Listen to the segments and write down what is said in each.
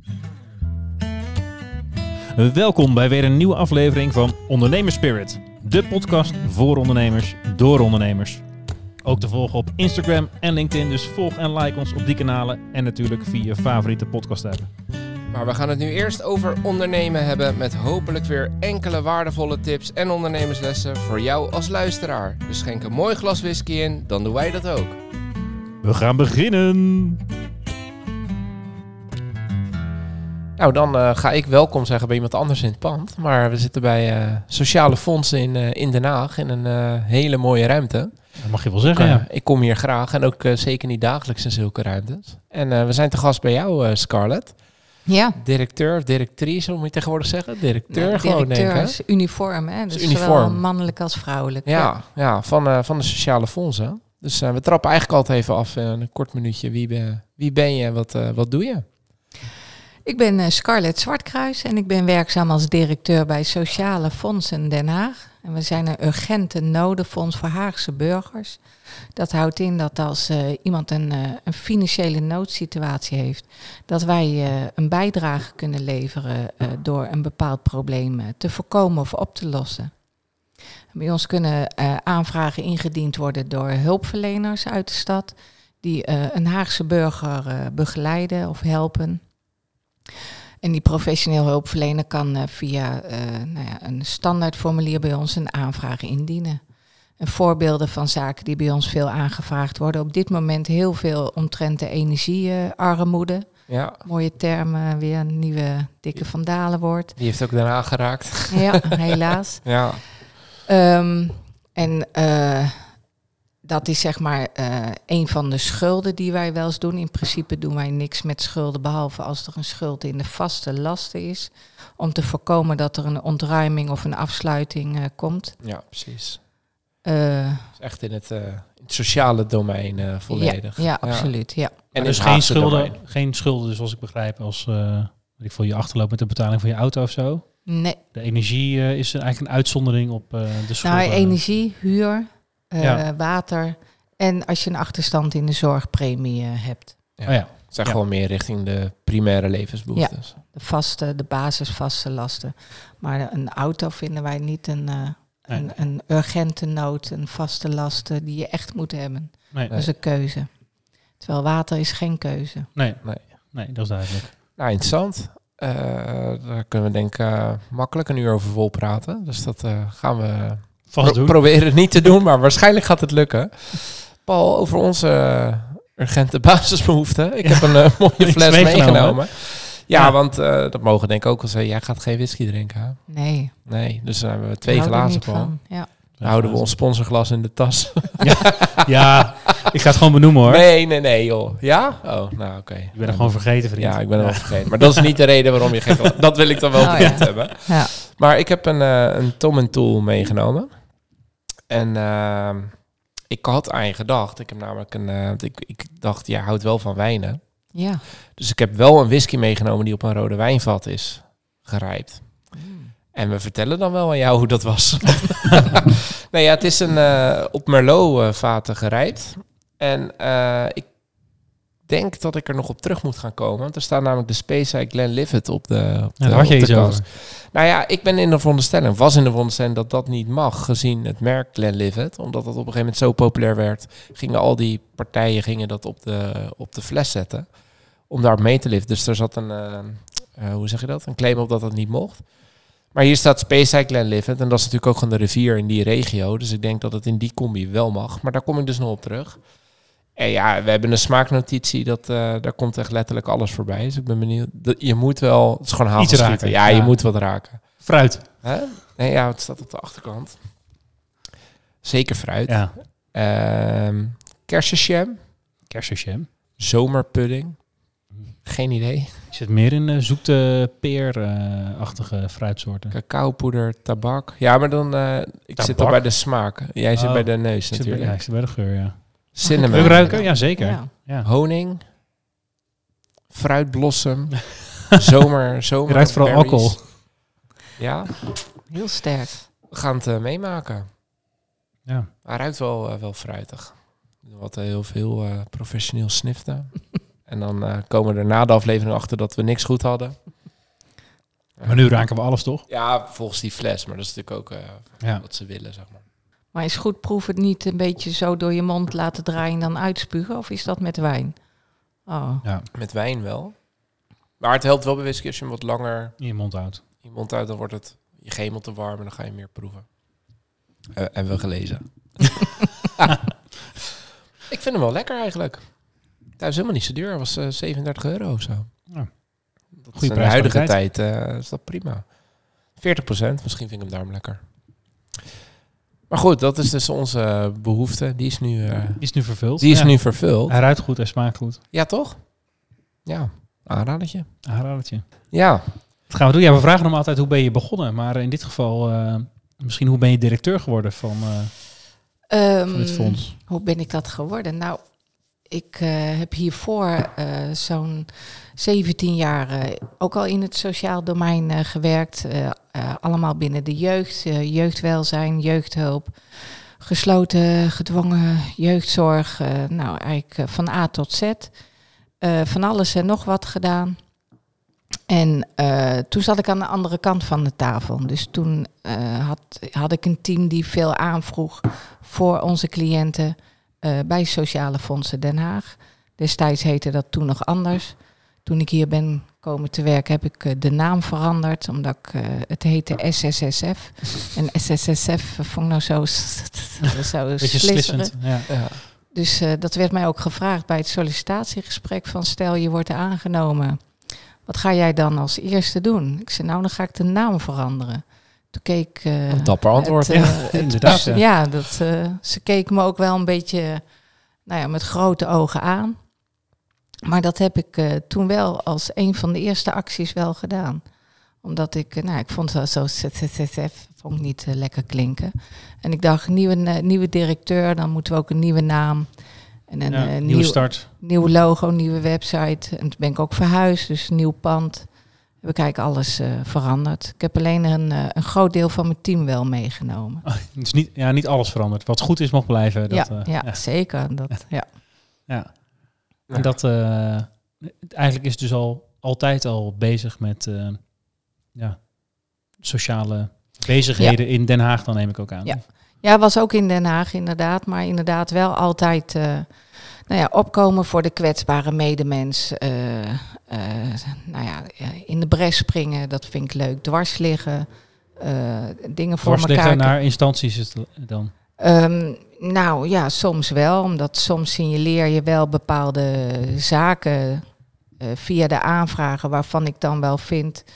Welkom bij weer een nieuwe aflevering van Ondernemerspirit. De podcast voor ondernemers, door ondernemers. Ook te volgen op Instagram en LinkedIn, dus volg en like ons op die kanalen. En natuurlijk via je favoriete podcast app. Maar we gaan het nu eerst over ondernemen hebben met hopelijk weer enkele waardevolle tips en ondernemerslessen voor jou als luisteraar. Dus schenk een mooi glas whisky in, dan doen wij dat ook. We gaan beginnen! Nou, dan ga ik welkom zeggen bij iemand anders in het pand. Maar we zitten bij Sociale Fondsen in Den Haag in een hele mooie ruimte. Dat mag je wel zeggen, ja. Ik kom hier graag en ook zeker niet dagelijks in zulke ruimtes. En we zijn te gast bij jou, Scarlett. Ja. Directeur of directrice, hoe moet je tegenwoordig zeggen? Directeur gewoon, denk ik. Directeur is uniform, hè? Dus uniform. zowel mannelijk als vrouwelijk. Ja, van de Sociale Fondsen. Dus we trappen eigenlijk altijd even af in een kort minuutje. Wie ben je en wat doe je? Ik ben Scarlett Zwartkruis en ik ben werkzaam als directeur bij Sociale Fondsen Den Haag. En we zijn een urgente nodenfonds voor Haagse burgers. Dat houdt in dat als iemand een financiële noodsituatie heeft, dat wij een bijdrage kunnen leveren door een bepaald probleem te voorkomen of op te lossen. Bij ons kunnen aanvragen ingediend worden door hulpverleners uit de stad die een Haagse burger begeleiden of helpen. En die professioneel hulpverlener kan via een standaardformulier bij ons een aanvraag indienen. En voorbeelden van zaken die bij ons veel aangevraagd worden. Op dit moment heel veel omtrent de energiearmoede. Ja. Mooie termen, weer een nieuwe dikke Van Dalen woord. Die heeft ook daarna geraakt. Ja, helaas. Ja. Dat is zeg maar een van de schulden die wij wel eens doen. In principe doen wij niks met schulden, behalve als er een schuld in de vaste lasten is. Om te voorkomen dat er een ontruiming of een afsluiting komt. Ja, precies. Is echt in het sociale domein volledig. Ja, absoluut. Ja. En dus geen schulden, dus zoals ik begrijp, als je achterloopt met de betaling van je auto of zo? Nee. De energie is eigenlijk een uitzondering op de schulden. Nou, energie, huur, water en als je een achterstand in de zorgpremie hebt. Ja. Het zijn gewoon meer richting de primaire levensbehoeftes. Ja, de basisvaste lasten. Maar een auto vinden wij niet een urgente nood, een vaste last die je echt moet hebben. Nee. Dat is een keuze. Terwijl water is geen keuze. Nee, dat is duidelijk. Nou, interessant. Daar kunnen we denk ik makkelijk een uur over vol praten. Dus dat gaan we proberen niet te doen, maar waarschijnlijk gaat het lukken. Paul, over onze urgente basisbehoeften. Ik heb een mooie fles meegenomen. Ja, want dat mogen denk ik ook wel zeggen. Jij gaat geen whisky drinken, hè? Nee, dus dan hebben we 2 glazen van. Ja. Dan houden we ons sponsorglas in de tas. Ja, ik ga het gewoon benoemen, hoor. Nee, joh. Ja? Oh, nou, oké. Ik ben er gewoon vergeten, vriend. Ja, ik ben er wel vergeten. Maar dat is niet de reden waarom je geen glas... Dat wil ik dan wel bekend hebben. Ja. Maar ik heb een Tom & Tool meegenomen. En ik had aan je gedacht. Ik heb namelijk ik dacht, jij houdt wel van wijnen. Ja. Dus ik heb wel een whisky meegenomen die op een rode wijnvat is gerijpt. En we vertellen dan wel aan jou hoe dat was. Nee, het is een op Merlot vaten gerijpt. En ik denk dat ik er nog op terug moet gaan komen. Want er staat namelijk de Speyside Glenlivet op de daar had je iets over. Nou ja, ik ben in de veronderstelling dat niet mag, gezien het merk Glenlivet. Omdat dat op een gegeven moment zo populair werd, gingen al die partijen dat op de fles zetten. Om daar mee te liften. Dus er zat een claim op dat dat niet mocht. Maar hier staat Speyside Glenlivet. En dat is natuurlijk ook gewoon de rivier in die regio. Dus ik denk dat het in die combi wel mag. Maar daar kom ik dus nog op terug. En ja, we hebben een smaaknotitie. Daar komt echt letterlijk alles voorbij. Dus ik ben benieuwd. Je moet wel... Het is gewoon hagelschieten. Ja, je moet wat raken. Fruit. Huh? Nee, ja, het staat op de achterkant. Zeker fruit. Ja. Kersenjam. Zomerpudding. Geen idee. Je zit meer in zoete peer-achtige fruitsoorten. Cacaopoeder, tabak. Ja, maar dan... ik zit al bij de smaak. Jij zit bij de neus natuurlijk. Ik zit bij de geur, ja. Cinnamon. Leuk ruiken? Ja, zeker. Ja. Honing. Fruitblossem. zomer. Je ruikt vooral alcohol. Ja. Heel sterk. We gaan het meemaken. Ja. Hij ruikt wel fruitig. Wat heel veel professioneel sniften. En dan komen we er na de aflevering achter dat we niks goed hadden. Maar nu raken we alles, toch? Ja, volgens die fles. Maar dat is natuurlijk ook wat ze willen, zeg maar. Maar is goed proeven niet een beetje zo door je mond laten draaien en dan uitspugen? Of is dat met wijn? Oh. Ja. Met wijn wel. Maar het helpt wel bij whisky als je hem wat langer in je mond houdt. In je mond houdt, dan wordt het je gemel te warm en dan ga je meer proeven. Hebben we gelezen. Ik vind hem wel lekker eigenlijk. Hij is helemaal niet zo duur. Hij was €37 of zo. Ja. Goeie prijs. In de huidige tijd is dat prima. 40%, misschien vind ik hem daarom lekker. Maar goed, dat is dus onze behoefte. Die is nu vervuld. Die is nu vervuld. Hij ruikt goed en smaakt goed. Ja, toch? Ja, aanradertje. Ja. Wat gaan we doen? Ja, we vragen hem altijd hoe ben je begonnen. Maar in dit geval misschien hoe ben je directeur geworden van het fonds? Hoe ben ik dat geworden? Nou, ik heb hiervoor zo'n 17 jaar ook al in het sociaal domein gewerkt. Allemaal binnen de jeugd, jeugdwelzijn, jeugdhulp, gesloten, gedwongen jeugdzorg. Nou, eigenlijk van A tot Z. Van alles en nog wat gedaan. En toen zat ik aan de andere kant van de tafel. Dus toen had ik een team die veel aanvroeg voor onze cliënten bij Sociale Fondsen Den Haag. Destijds heette dat toen nog anders. Toen ik hier ben komen te werken heb ik de naam veranderd, omdat het heette SSSF. En SSSF vond ik nou zo slissend. Ja. Dus dat werd mij ook gevraagd bij het sollicitatiegesprek van stel je wordt aangenomen. Wat ga jij dan als eerste doen? Ik zei, nou, dan ga ik de naam veranderen. Toen keek... een dapper antwoord. Inderdaad. Ze keken me ook wel een beetje met grote ogen aan. Maar dat heb ik toen wel als een van de eerste acties wel gedaan. Omdat ik vond het zo vond ik niet lekker klinken. En ik dacht, nieuwe directeur, dan moeten we ook een nieuwe naam. En een nieuwe start. Nieuw logo, nieuwe website. En toen ben ik ook verhuisd, dus een nieuw pand. Heb ik eigenlijk alles veranderd. Ik heb alleen een groot deel van mijn team wel meegenomen. Dus niet alles veranderd. Wat goed is, mag blijven. Dat, zeker. Ja. En dat eigenlijk is dus altijd al bezig met sociale bezigheden in Den Haag, dan neem ik ook aan. Ja, was ook in Den Haag inderdaad, maar inderdaad wel altijd opkomen voor de kwetsbare medemens. In de bres springen, dat vind ik leuk. Dwars liggen, dingen voor elkaar. Dwars liggen naar instanties is het dan? Soms wel, omdat soms signaleer je wel bepaalde zaken via de aanvragen waarvan ik dan wel vind,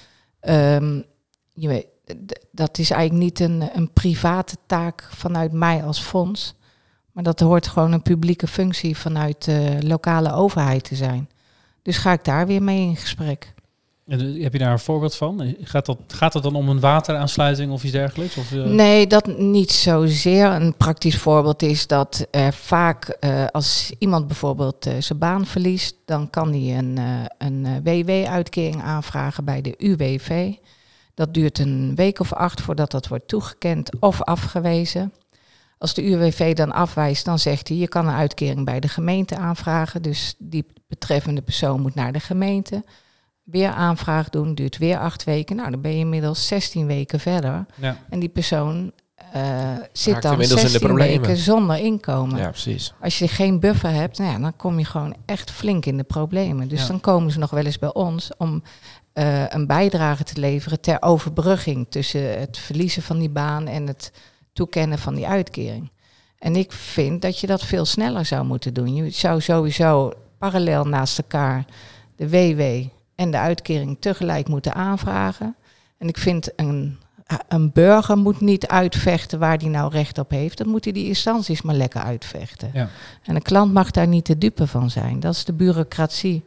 dat is eigenlijk niet een private taak vanuit mij als fonds, maar dat hoort gewoon een publieke functie vanuit de lokale overheid te zijn. Dus ga ik daar weer mee in gesprek. En heb je daar een voorbeeld van? Gaat het dan om een wateraansluiting of iets dergelijks? Of, Nee, dat niet zozeer. Een praktisch voorbeeld is dat er vaak, als iemand bijvoorbeeld zijn baan verliest, dan kan hij een WW-uitkering aanvragen bij de UWV. Dat duurt een week of 8 voordat dat wordt toegekend of afgewezen. Als de UWV dan afwijst, dan zegt hij, je kan een uitkering bij de gemeente aanvragen. Dus die betreffende persoon moet naar de gemeente. Weer aanvraag doen, duurt weer 8 weken. Nou, dan ben je inmiddels 16 weken verder. Ja. En die persoon zit dan 16 weken zonder inkomen. Ja, precies. Als je geen buffer hebt, dan kom je gewoon echt flink in de problemen. Dus dan komen ze nog wel eens bij ons om een bijdrage te leveren ter overbrugging tussen het verliezen van die baan en het toekennen van die uitkering. En ik vind dat je dat veel sneller zou moeten doen. Je zou sowieso parallel naast elkaar de WW en de uitkering tegelijk moeten aanvragen. En ik vind een burger moet niet uitvechten waar die nou recht op heeft. Dan moeten die instanties maar lekker uitvechten. Ja. En een klant mag daar niet de dupe van zijn. Dat is de bureaucratie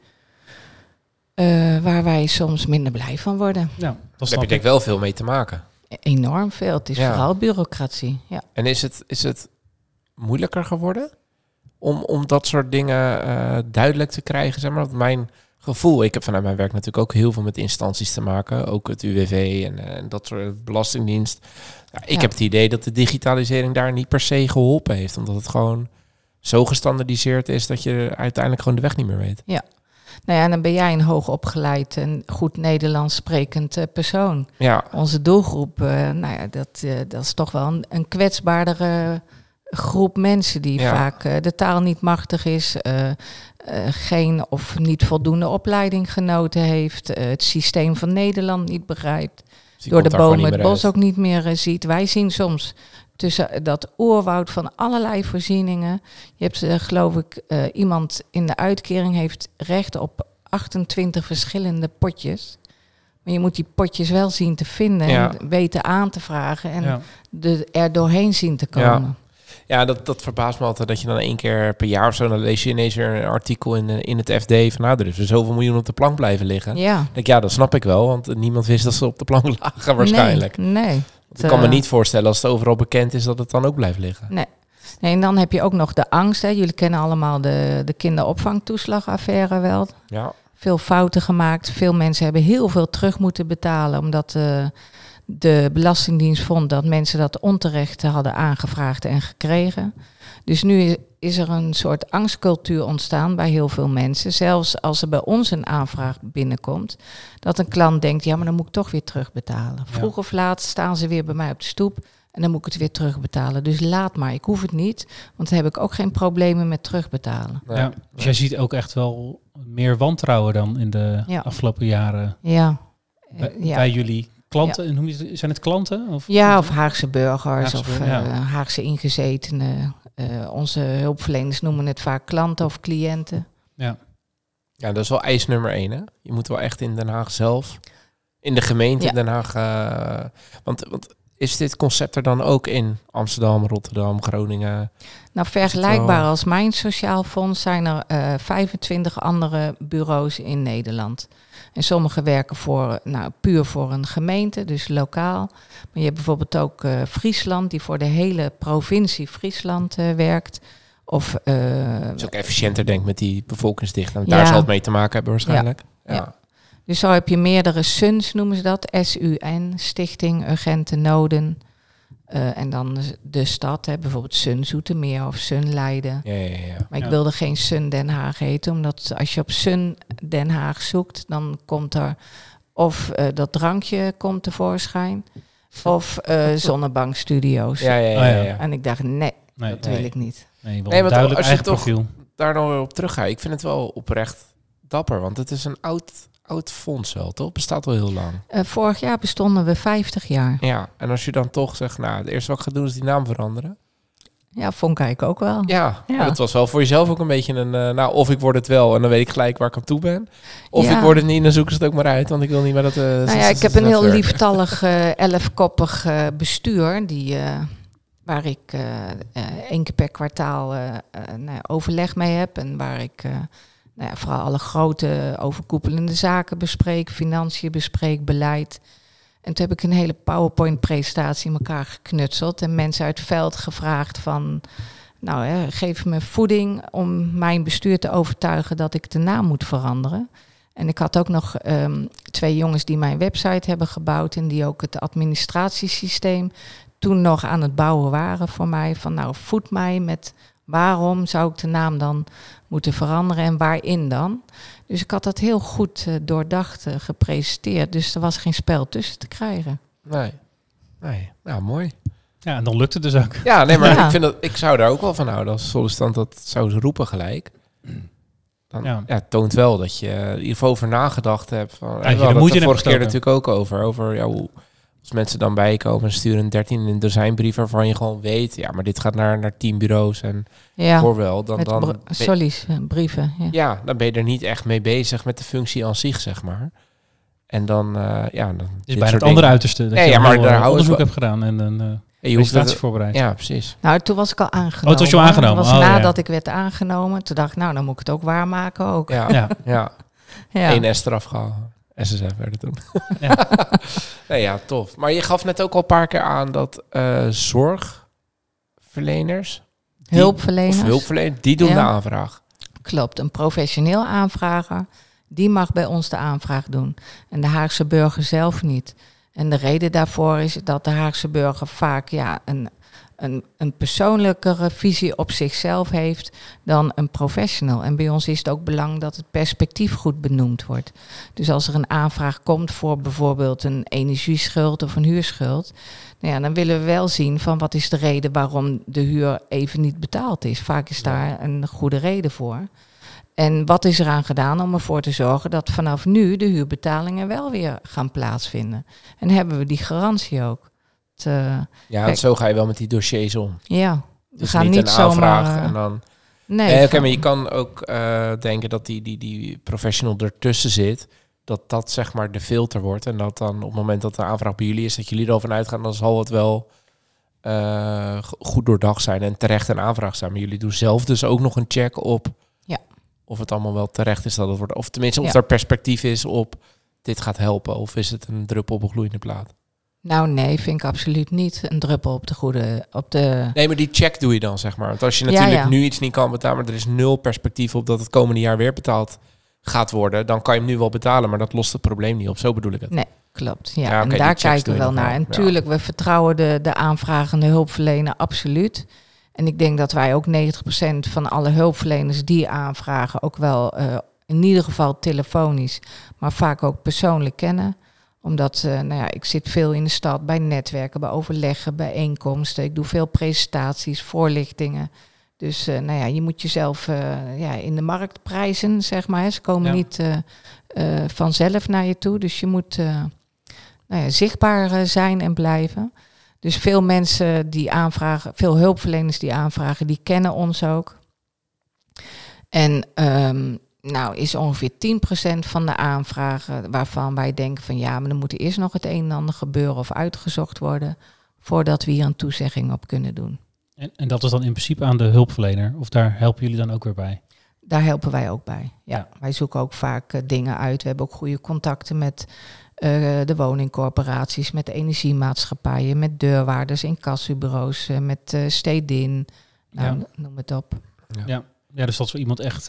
waar wij soms minder blij van worden. Ja, daar heb je denk ik wel veel mee te maken. Enorm veel. Het is vooral bureaucratie. Ja. En is het moeilijker geworden om dat soort dingen duidelijk te krijgen? Zeg maar, want mijn gevoel, ik heb vanuit mijn werk natuurlijk ook heel veel met instanties te maken. Ook het UWV en dat soort belastingdienst. Ik heb het idee dat de digitalisering daar niet per se geholpen heeft. Omdat het gewoon zo gestandardiseerd is dat je uiteindelijk gewoon de weg niet meer weet. Ja. Nou ja, dan ben jij een hoogopgeleid en goed Nederlands sprekend persoon. Ja. Onze doelgroep, dat is toch wel een kwetsbaardere groep mensen die vaak de taal niet machtig is, geen of niet voldoende opleiding genoten heeft, het systeem van Nederland niet begrijpt, door de bomen het bos ook niet meer ziet. Wij zien soms tussen dat oerwoud van allerlei voorzieningen. Je hebt geloof ik, iemand in de uitkering heeft recht op 28 verschillende potjes. Maar je moet die potjes wel zien te vinden en weten aan te vragen en er doorheen zien te komen. Ja, dat verbaast me altijd dat je dan 1 keer per jaar of zo, dan lees je ineens weer een artikel in het FD van er is zoveel miljoen op de plank blijven liggen. Ja. Ik denk, dat snap ik wel, want niemand wist dat ze op de plank lagen waarschijnlijk. Nee. Ik kan me niet voorstellen als het overal bekend is dat het dan ook blijft liggen. Nee, en dan heb je ook nog de angst. Hè. Jullie kennen allemaal de kinderopvangtoeslagaffaire wel. Ja. Veel fouten gemaakt. Veel mensen hebben heel veel terug moeten betalen omdat de Belastingdienst vond dat mensen dat onterecht hadden aangevraagd en gekregen. Dus nu is er een soort angstcultuur ontstaan bij heel veel mensen. Zelfs als er bij ons een aanvraag binnenkomt, dat een klant denkt, ja, maar dan moet ik toch weer terugbetalen. Vroeg of laat staan ze weer bij mij op de stoep en dan moet ik het weer terugbetalen. Dus laat maar, ik hoef het niet, want dan heb ik ook geen problemen met terugbetalen. Ja, dus jij ziet ook echt wel meer wantrouwen dan in de afgelopen jaren bij jullie klanten. Noem je, zijn het klanten? Of Haagse burgers Haagse ingezetenen. Onze hulpverleners noemen het vaak klanten of cliënten. Ja, dat is wel eis nummer 1. Hè? Je moet wel echt in Den Haag zelf, in de gemeente Den Haag. Want is dit concept er dan ook in Amsterdam, Rotterdam, Groningen? Nou, vergelijkbaar als mijn sociaal fonds zijn er 25 andere bureaus in Nederland. En sommige werken puur voor een gemeente, dus lokaal. Maar je hebt bijvoorbeeld ook Friesland, die voor de hele provincie Friesland werkt. Of, het is ook efficiënter, denk ik, met die bevolkingsdichtheid. Daar zal het mee te maken hebben waarschijnlijk. Ja. Dus zo heb je meerdere SUN's, noemen ze dat. SUN, Stichting Urgente Noden. En dan de stad, bijvoorbeeld SUN Zoetermeer of SUN Leiden. Ja. Maar ik wilde geen SUN Den Haag heten, omdat als je op SUN Den Haag zoekt, dan komt er of dat drankje komt tevoorschijn, of zonnebankstudio's. Ja. En ik dacht, nee, dat wil ik niet. Nee, duidelijk als je toch daar nog op terug gaat, ik vind het wel oprecht dapper, want het is een oud fonds wel, toch? Bestaat al heel lang. Vorig jaar bestonden we 50 jaar. Ja, en als je dan toch zegt, het eerste wat ik ga doen is die naam veranderen. Ja, vond ik ook wel. Ja. Maar dat was wel voor jezelf ook een beetje een... of ik word het wel en dan weet ik gelijk waar ik aan toe ben. Of ik word het niet en dan zoeken ze het ook maar uit, want ik wil niet meer dat... ik heb een heel lieftallig 11-koppig bestuur waar ik 1 keer per kwartaal overleg mee heb en waar ik... vooral alle grote overkoepelende zaken bespreek, financiën bespreek, beleid. En toen heb ik een hele PowerPoint-presentatie in elkaar geknutseld en mensen uit het veld gevraagd van, geef me voeding om mijn bestuur te overtuigen dat ik de naam moet veranderen. En ik had ook nog 2 jongens die mijn website hebben gebouwd en die ook het administratiesysteem toen nog aan het bouwen waren voor mij. Van voed mij met waarom zou ik de naam dan moeten veranderen en waarin dan. Dus ik had dat heel goed doordacht gepresenteerd. Dus er was geen spel tussen te krijgen. Nee. Nou, mooi. Ja, en dan lukt het dus ook. Ja, nee, maar ik zou daar ook wel van houden. Als sollicitant dat zou roepen gelijk. Dan toont wel dat je in ieder geval over nagedacht hebt. We hadden het de vorige keer natuurlijk ook over hoe... Als mensen dan bijkomen en sturen 13 in een dozijnbrief waarvan je gewoon weet, maar dit gaat naar 10 bureaus en hoor wel. Brieven. Ja. Dan ben je er niet echt mee bezig met de functie aan zich, zeg maar. En dan, dan is bijna het andere uiterste. Dat je maar daar onderzoek hebt gedaan en een presentatie voorbereid. Ja, precies. Nou, toen was ik al aangenomen. Oh, toen was je aangenomen. Dat was nadat ik werd aangenomen. Toen dacht ik, dan moet ik het ook waarmaken ook. Ja. 1 S eraf gehaald. SSF werden toen. Tof. Maar je gaf net ook al een paar keer aan dat zorgverleners... Hulpverleners, die doen de aanvraag. Klopt, een professioneel aanvrager, die mag bij ons de aanvraag doen. En de Haagse burger zelf niet. En de reden daarvoor is dat de Haagse burger vaak een een persoonlijkere visie op zichzelf heeft dan een professional. En bij ons is het ook belangrijk dat het perspectief goed benoemd wordt. Dus als er een aanvraag komt voor bijvoorbeeld een energieschuld of een huurschuld, nou ja, dan willen we wel zien van wat is de reden waarom de huur even niet betaald is. Vaak is daar een goede reden voor. En wat is eraan gedaan om ervoor te zorgen dat vanaf nu de huurbetalingen wel weer gaan plaatsvinden. En hebben we die garantie ook. Want zo ga je wel met die dossiers om. Ja, we gaan niet een aanvraag zomaar, en dan. Nee, maar je kan ook denken dat die professional ertussen zit, dat zeg maar de filter wordt en dat dan op het moment dat de aanvraag bij jullie is, dat jullie erover uitgaan, dan zal het wel goed doordacht zijn en terecht een aanvraag zijn. Maar jullie doen zelf dus ook nog een check op of het allemaal wel terecht is dat het wordt, of tenminste of er perspectief is op dit gaat helpen, of is het een druppel op een gloeiende plaat? Nou nee, vind ik absoluut niet een druppel op de... Nee, maar die check doe je dan, zeg maar. Want als je natuurlijk nu iets niet kan betalen, maar er is 0 perspectief op dat het komende jaar weer betaald gaat worden, dan kan je hem nu wel betalen, maar dat lost het probleem niet op. Zo bedoel ik het. Nee, klopt. Ja, en daar kijken we wel naar. En natuurlijk, we vertrouwen de aanvragende hulpverlener absoluut. En ik denk dat wij ook 90% van alle hulpverleners die aanvragen ook wel in ieder geval telefonisch, maar vaak ook persoonlijk kennen. Omdat, ik zit veel in de stad bij netwerken, bij overleggen, bijeenkomsten. Ik doe veel presentaties, voorlichtingen. Dus je moet jezelf in de markt prijzen, zeg maar. Ze komen niet vanzelf naar je toe. Dus je moet zichtbaar zijn en blijven. Dus veel mensen die aanvragen, veel hulpverleners die aanvragen, die kennen ons ook. En is ongeveer 10% van de aanvragen waarvan wij denken van maar dan moet er eerst nog het een en ander gebeuren of uitgezocht worden voordat we hier een toezegging op kunnen doen. En dat is dan in principe aan de hulpverlener? Of daar helpen jullie dan ook weer bij? Daar helpen wij ook bij. Ja. Wij zoeken ook vaak dingen uit. We hebben ook goede contacten met de woningcorporaties, met de energiemaatschappijen, met deurwaarders, incassobureaus, met Stedin. Noem het op. Ja, dus dat zo iemand echt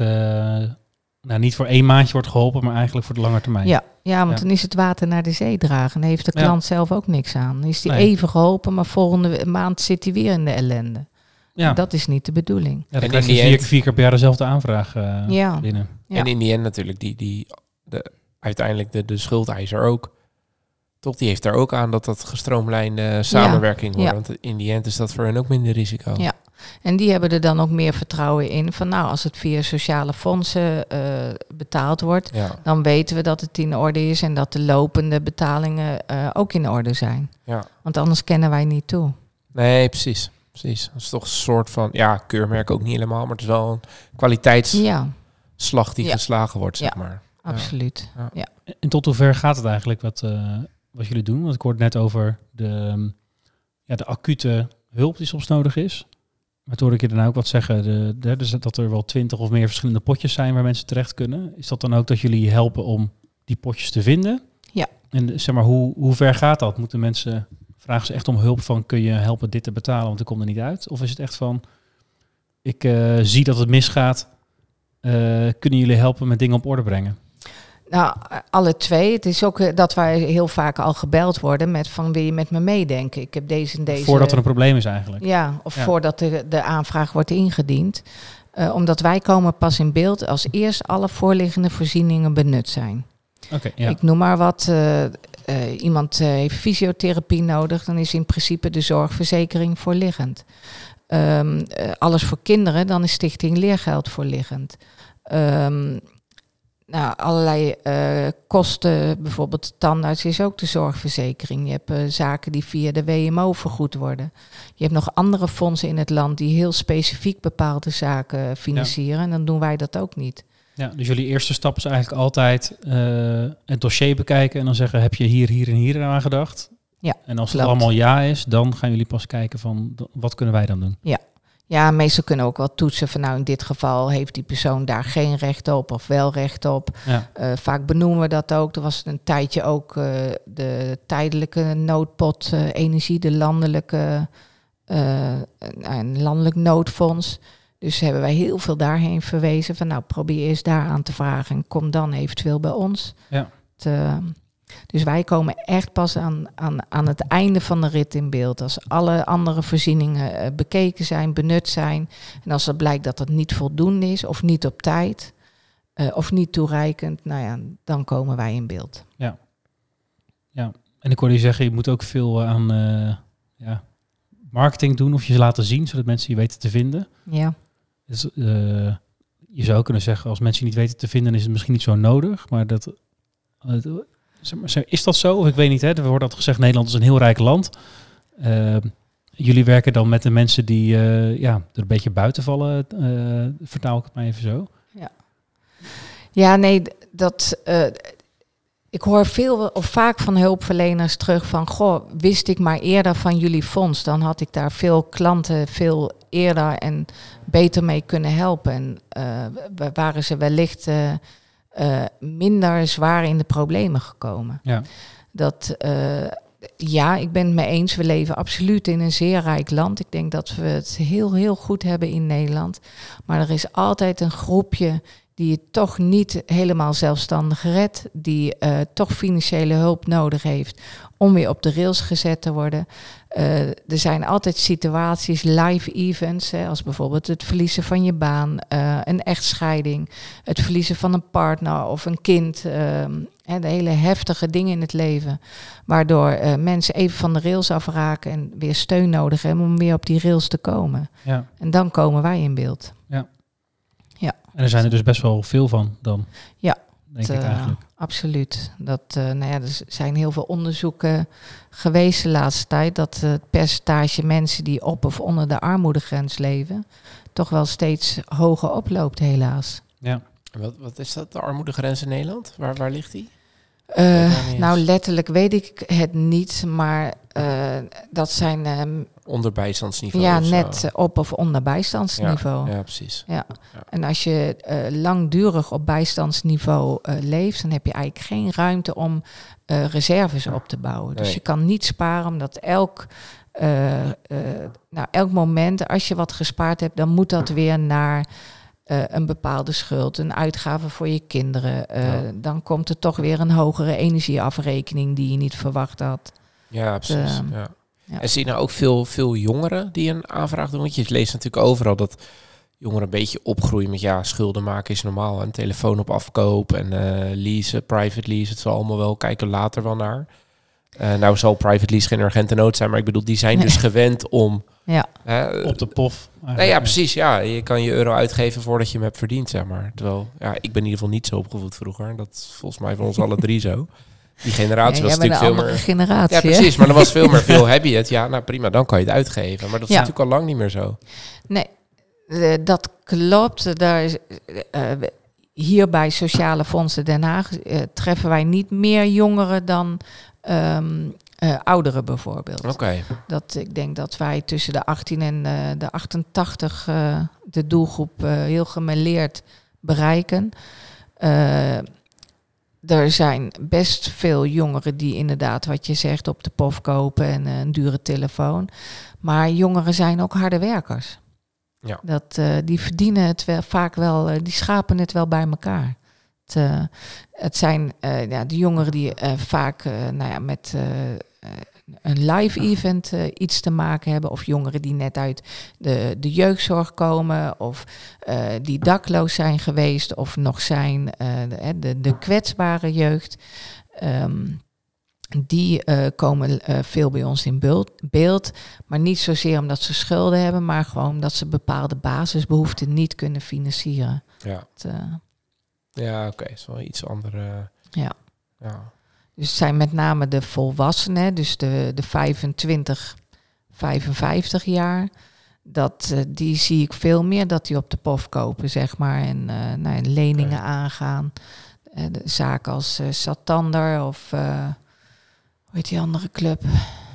niet voor 1 maandje wordt geholpen, maar eigenlijk voor de lange termijn. Ja, want dan is het water naar de zee dragen. Dan heeft de klant zelf ook niks aan. Dan is hij even geholpen, maar volgende maand zit hij weer in de ellende. Ja. Dat is niet de bedoeling. Ja, dan krijg je 4 keer per jaar dezelfde aanvraag binnen. Ja. En in die end natuurlijk, uiteindelijk de schuldeiser ook. Toch, die heeft er ook aan dat gestroomlijnde samenwerking wordt. Want in die end is dat voor hen ook minder risico. Ja, en die hebben er dan ook meer vertrouwen in. Van als het via sociale fondsen betaald wordt, dan weten we dat het in orde is en dat de lopende betalingen ook in orde zijn. Ja. Want anders kennen wij niet toe. Nee, precies. Dat is toch een soort van, keurmerk ook niet helemaal, maar het is wel een kwaliteitsslag die geslagen wordt, zeg maar. Absoluut. Ja. En tot hoever gaat het eigenlijk wat jullie doen? Want ik hoorde net over de acute hulp die soms nodig is. Maar toen hoorde ik je daarna ook wat zeggen, dus dat er wel 20 of meer verschillende potjes zijn waar mensen terecht kunnen. Is dat dan ook dat jullie helpen om die potjes te vinden? Ja. En zeg maar, hoe ver gaat dat? Moeten mensen, vragen ze echt om hulp van, kun je helpen dit te betalen, want ik kom er niet uit? Of is het echt van, ik zie dat het misgaat, kunnen jullie helpen met dingen op orde brengen? Nou, alle twee. Het is ook dat wij heel vaak al gebeld worden met van, wil je met me meedenken? Ik heb deze en deze... Voordat er een probleem is eigenlijk. Ja, of voordat de aanvraag wordt ingediend. Omdat wij komen pas in beeld als eerst alle voorliggende voorzieningen benut zijn. Ik noem maar wat. Iemand heeft fysiotherapie nodig, dan is in principe de zorgverzekering voorliggend. Alles voor kinderen, dan is Stichting Leergeld voorliggend. Allerlei kosten, bijvoorbeeld tandarts is ook de zorgverzekering. Je hebt zaken die via de WMO vergoed worden. Je hebt nog andere fondsen in het land die heel specifiek bepaalde zaken financieren. En dan doen wij dat ook niet. Ja, dus jullie eerste stap is eigenlijk altijd het dossier bekijken en dan zeggen, heb je hier en hier aan gedacht? Ja, en als het allemaal ja is, dan gaan jullie pas kijken van, wat kunnen wij dan doen? Ja, meestal kunnen we ook wel toetsen van in dit geval heeft die persoon daar geen recht op of wel recht op. Ja. Vaak benoemen we dat ook. Er was een tijdje ook de tijdelijke noodpot energie, de landelijk noodfonds. Dus hebben wij heel veel daarheen verwezen van probeer eerst daar aan te vragen en kom dan eventueel bij ons. Ja. Dus wij komen echt pas aan het einde van de rit in beeld. Als alle andere voorzieningen bekeken zijn, benut zijn. En als het blijkt dat het niet voldoende is of niet op tijd of niet toereikend, dan komen wij in beeld. Ja. En ik hoorde je zeggen, je moet ook veel aan marketing doen of je ze laten zien, zodat mensen je weten te vinden. Ja. Dus, je zou kunnen zeggen, als mensen je niet weten te vinden, is het misschien niet zo nodig. Maar is dat zo? Of ik weet niet, hè? Er wordt altijd gezegd, Nederland is een heel rijk land. Jullie werken dan met de mensen die er een beetje buiten vallen. Vertaal ik het maar even zo. Ja, nee, ik hoor veel of vaak van hulpverleners terug van, goh, wist ik maar eerder van jullie fonds, dan had ik daar veel klanten veel eerder en beter mee kunnen helpen. En waren ze wellicht minder zwaar in de problemen gekomen. Ja. Ik ben het mee eens. We leven absoluut in een zeer rijk land. Ik denk dat we het heel, heel goed hebben in Nederland. Maar er is altijd een groepje die het toch niet helemaal zelfstandig redt, die toch financiële hulp nodig heeft om weer op de rails gezet te worden. Er zijn altijd situaties, live events, als bijvoorbeeld het verliezen van je baan, een echtscheiding, het verliezen van een partner of een kind, de hele heftige dingen in het leven, waardoor mensen even van de rails afraken en weer steun nodig hebben om weer op die rails te komen. Ja. En dan komen wij in beeld. Ja. En er zijn er dus best wel veel van dan. Ja, denk ik eigenlijk. Absoluut. Er zijn heel veel onderzoeken geweest de laatste tijd dat het percentage mensen die op of onder de armoedegrens leven toch wel steeds hoger oploopt, helaas. Ja. Wat is dat, de armoedegrens in Nederland? Waar ligt die? Letterlijk weet ik het niet, maar dat zijn onder bijstandsniveau. Ja, net op of onder bijstandsniveau. Ja, precies. Ja. En als je langdurig op bijstandsniveau leeft, dan heb je eigenlijk geen ruimte om reserves op te bouwen. Dus je kan niet sparen, omdat elk moment, als je wat gespaard hebt, dan moet dat weer naar een bepaalde schuld, een uitgave voor je kinderen. Dan komt er toch weer een hogere energieafrekening die je niet verwacht had. Ja, precies. Ja. En zie je nou ook veel jongeren die een aanvraag doen? Want je leest natuurlijk overal dat jongeren een beetje opgroeien met schulden maken is normaal. Een telefoon op afkoop en leasen, private lease. Het zal allemaal wel, kijken later wel naar. Nou zal private lease geen urgente nood zijn, maar ik bedoel, die zijn dus gewend om... op de pof. Ja, precies. Ja, je kan je euro uitgeven voordat je hem hebt verdiend, zeg maar. Terwijl, ik ben in ieder geval niet zo opgevoed vroeger. Dat is volgens mij voor ons alle drie zo. Die generatie was natuurlijk veel meer... generatie, ja, precies. Maar er was veel meer veel heb je het. Ja, nou prima, dan kan je het uitgeven. Maar dat is natuurlijk al lang niet meer zo. Nee, dat klopt. Daar is, hier bij Sociale Fondsen Den Haag treffen wij niet meer jongeren dan ouderen bijvoorbeeld. Okay. Ik denk dat wij tussen de 18 en de 88 de doelgroep heel gemêleerd bereiken. Er zijn best veel jongeren die inderdaad, wat je zegt, op de pof kopen en een dure telefoon. Maar jongeren zijn ook harde werkers. Ja. Die verdienen het wel, vaak wel, die schapen het wel bij elkaar. Het zijn de jongeren die vaak met een live event iets te maken hebben. Of jongeren die net uit de jeugdzorg komen. Of die dakloos zijn geweest. Of nog zijn de kwetsbare jeugd. Die komen veel bij ons in beeld. Maar niet zozeer omdat ze schulden hebben. Maar gewoon omdat ze bepaalde basisbehoeften niet kunnen financieren. Ja. Ja, oké. Dat is wel iets andere... Ja. Dus het zijn met name de volwassenen, dus de 25, 55 jaar. Die zie ik veel meer dat die op de pof kopen, zeg maar. En leningen aangaan. De zaken als Santander of... hoe heet die andere club?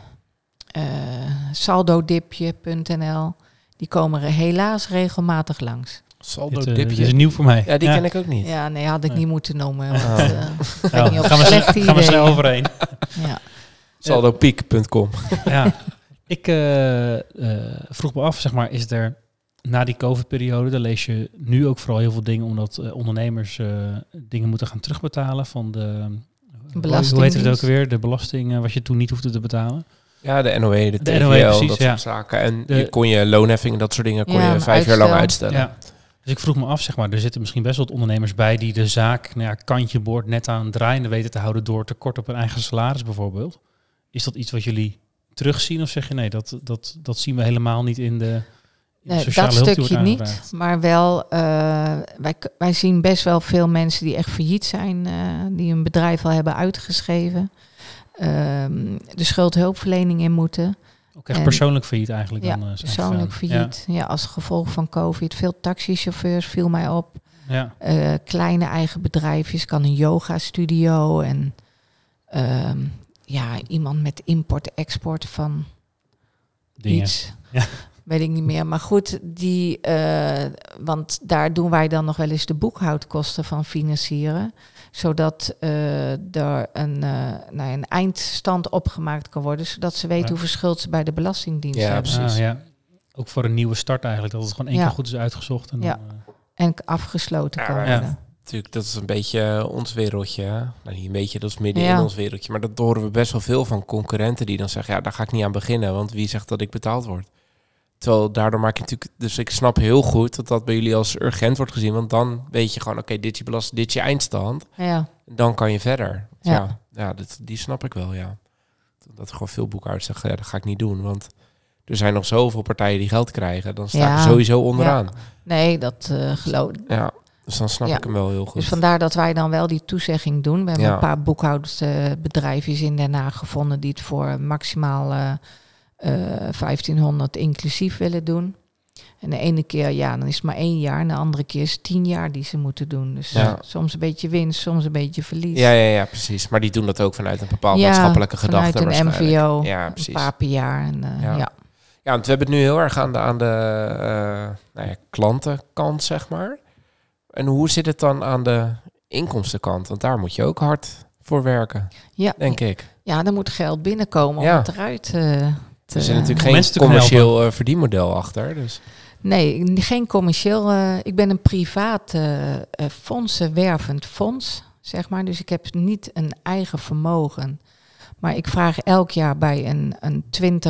Saldodipje.nl. Die komen er helaas regelmatig langs. Saldo-dipje. Dat is nieuw voor mij. Ja, die ken ik ook niet. Ja, nee, had ik niet moeten noemen. Gaan we snel overheen. Ja. Saldopiek.com. Ja. Ik vroeg me af, zeg maar, is er na die COVID-periode, daar lees je nu ook vooral heel veel dingen, omdat ondernemers dingen moeten gaan terugbetalen van de Hoe heet het ook weer? De belasting wat je toen niet hoefde te betalen? Ja, de NOE, de TVL, precies, dat soort zaken. En je kon je loonheffing en dat soort dingen kon je 5 jaar lang uitstellen. Ja. Dus ik vroeg me af, er zitten misschien best wel wat ondernemers bij die de zaak kantje boord net aan het draaiende weten te houden door tekort op hun eigen salaris bijvoorbeeld. Is dat iets wat jullie terugzien of zeg je nee, dat zien we helemaal niet in de sociale hulp? Dat stukje niet, maar wel, wij zien best wel veel mensen die echt failliet zijn, die hun bedrijf al hebben uitgeschreven, de schuldhulpverlening in moeten. Ook echt persoonlijk failliet eigenlijk? Ja, dan, persoonlijk failliet. Ja, als gevolg van COVID. Veel taxichauffeurs viel mij op. Ja. Kleine eigen bedrijfjes, kan een yoga-studio en iemand met import-export van dingen. Iets. Ja. Weet ik niet meer. Maar goed, want daar doen wij dan nog wel eens de boekhoudkosten van financieren. Zodat er een eindstand opgemaakt kan worden. Zodat ze weten hoeveel schuld ze bij de Belastingdienst hebben. Precies. Ook voor een nieuwe start eigenlijk. Dat het gewoon één keer goed is uitgezocht. En, en afgesloten kan worden. Natuurlijk, dat is een beetje ons wereldje. Hè? Nou, niet een beetje, dat is midden in ons wereldje. Maar dat horen we best wel veel van concurrenten die dan zeggen, daar ga ik niet aan beginnen. Want wie zegt dat ik betaald word? Terwijl daardoor maak je natuurlijk... Dus ik snap heel goed dat dat bij jullie als urgent wordt gezien. Want dan weet je gewoon, oké, dit is je belasting, dit is je eindstand. Ja. Dan kan je verder. Die snap ik wel, ja. Dat er gewoon veel boekhouders zeggen, dat ga ik niet doen. Want er zijn nog zoveel partijen die geld krijgen. Dan sta ik er sowieso onderaan. Ja. Nee, dat geloof ik. Ja, dus dan snap ik hem wel heel goed. Dus vandaar dat wij dan wel die toezegging doen. We hebben een paar boekhoudersbedrijfjes in Den Haag gevonden die het voor maximaal 1500 inclusief willen doen. En de ene keer, dan is het maar 1 jaar. En de andere keer is het 10 jaar die ze moeten doen. Dus soms een beetje winst, soms een beetje verlies. Ja, precies. Maar die doen dat ook vanuit een bepaald maatschappelijke gedachte. Vanuit een MVO, ja, precies. een paar per jaar. En, Ja, want we hebben het nu heel erg aan de klantenkant, zeg maar. En hoe zit het dan aan de inkomstenkant? Want daar moet je ook hard voor werken, denk ik. Ja, er moet geld binnenkomen om het eruit te... Er zit natuurlijk geen commercieel verdienmodel achter. Dus. Nee, geen commercieel. Ik ben een privaat fondsenwervend fonds, zeg maar. Dus ik heb niet een eigen vermogen. Maar ik vraag elk jaar bij een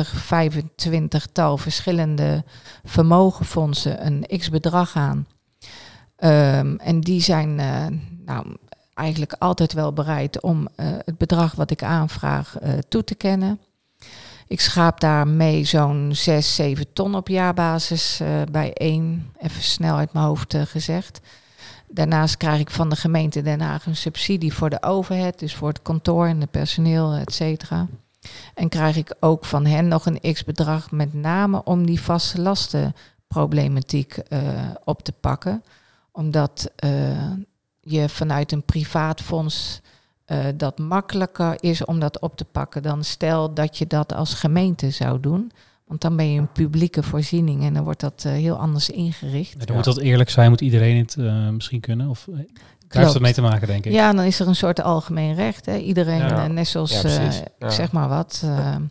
25-tal verschillende vermogenfondsen een x-bedrag aan. En die zijn eigenlijk altijd wel bereid om het bedrag wat ik aanvraag toe te kennen. Ik schaap daarmee zo'n 6-7 ton op jaarbasis bijeen. Even snel uit mijn hoofd gezegd. Daarnaast krijg ik van de gemeente Den Haag een subsidie voor de overhead. Dus voor het kantoor en het personeel, et cetera. En krijg ik ook van hen nog een x-bedrag, met name om die vaste lastenproblematiek op te pakken. Omdat je vanuit een privaat fonds dat makkelijker is om dat op te pakken dan stel dat je dat als gemeente zou doen. Want dan ben je een publieke voorziening en dan wordt dat heel anders ingericht. Ja, dan moet dat eerlijk zijn, moet iedereen het misschien kunnen? Of daar heeft dat mee te maken, denk ik? Ja, dan is er een soort algemeen recht. Hè. Iedereen, net zoals, zeg maar wat,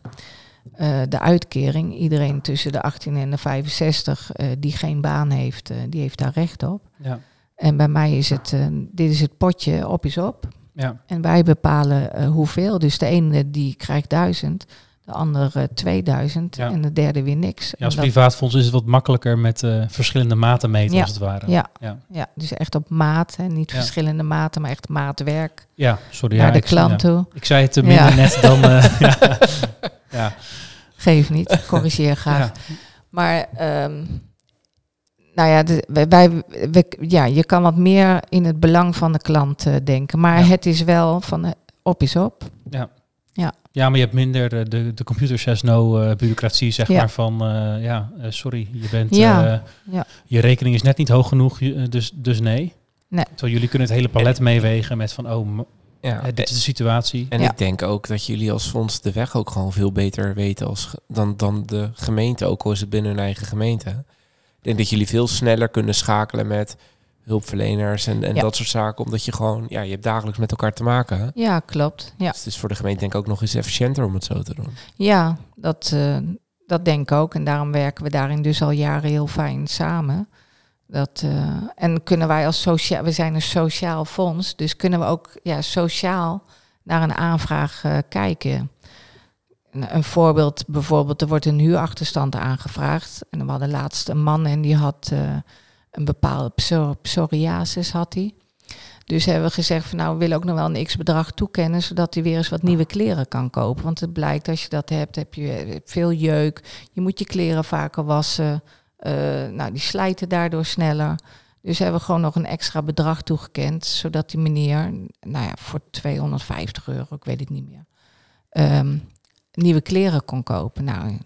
de uitkering. Iedereen tussen de 18 en de 65 die geen baan heeft, die heeft daar recht op. Ja. En bij mij is het, dit is het potje, op is op. Ja. En wij bepalen hoeveel. Dus de ene die krijgt 1000, de andere 2000 en de derde weer niks. Ja, als privaatfonds is het wat makkelijker met verschillende maten meten, als het ware. Ja, dus echt op maat. Hè. Niet verschillende maten, maar echt maatwerk. Ja, sorry. Naar de klant toe. Ik zei het te minder net dan... ja. Geef niet, corrigeer graag. Ja. Maar... je kan wat meer in het belang van de klant denken. Maar het is wel van op is op. Ja, maar je hebt minder de computer says no bureaucratie, zeg maar. Van, sorry, je bent... je rekening is net niet hoog genoeg, dus nee. Terwijl jullie kunnen het hele palet meewegen met van... dit is de situatie. En ik denk ook dat jullie als fonds de weg ook gewoon veel beter weten dan de gemeente. Ook al is het binnen hun eigen gemeente. Ik denk dat jullie veel sneller kunnen schakelen met hulpverleners en dat soort zaken. Omdat je gewoon, je hebt dagelijks met elkaar te maken. Hè? Ja, klopt. Ja. Dus het is voor de gemeente denk ik ook nog eens efficiënter om het zo te doen. Ja, dat denk ik ook. En daarom werken we daarin dus al jaren heel fijn samen. En kunnen wij als we zijn een sociaal fonds, dus kunnen we ook sociaal naar een aanvraag kijken. Een voorbeeld, bijvoorbeeld, er wordt een huurachterstand aangevraagd. En we hadden laatst een man en die had een bepaalde psoriasis had hij. Dus hebben we gezegd van we willen ook nog wel een x-bedrag toekennen, zodat hij weer eens wat nieuwe kleren kan kopen. Want het blijkt, als je dat hebt, heb je veel jeuk. Je moet je kleren vaker wassen. Die slijten daardoor sneller. Dus hebben we gewoon nog een extra bedrag toegekend, zodat die meneer, voor €250, ik weet het niet meer, nieuwe kleren kon kopen.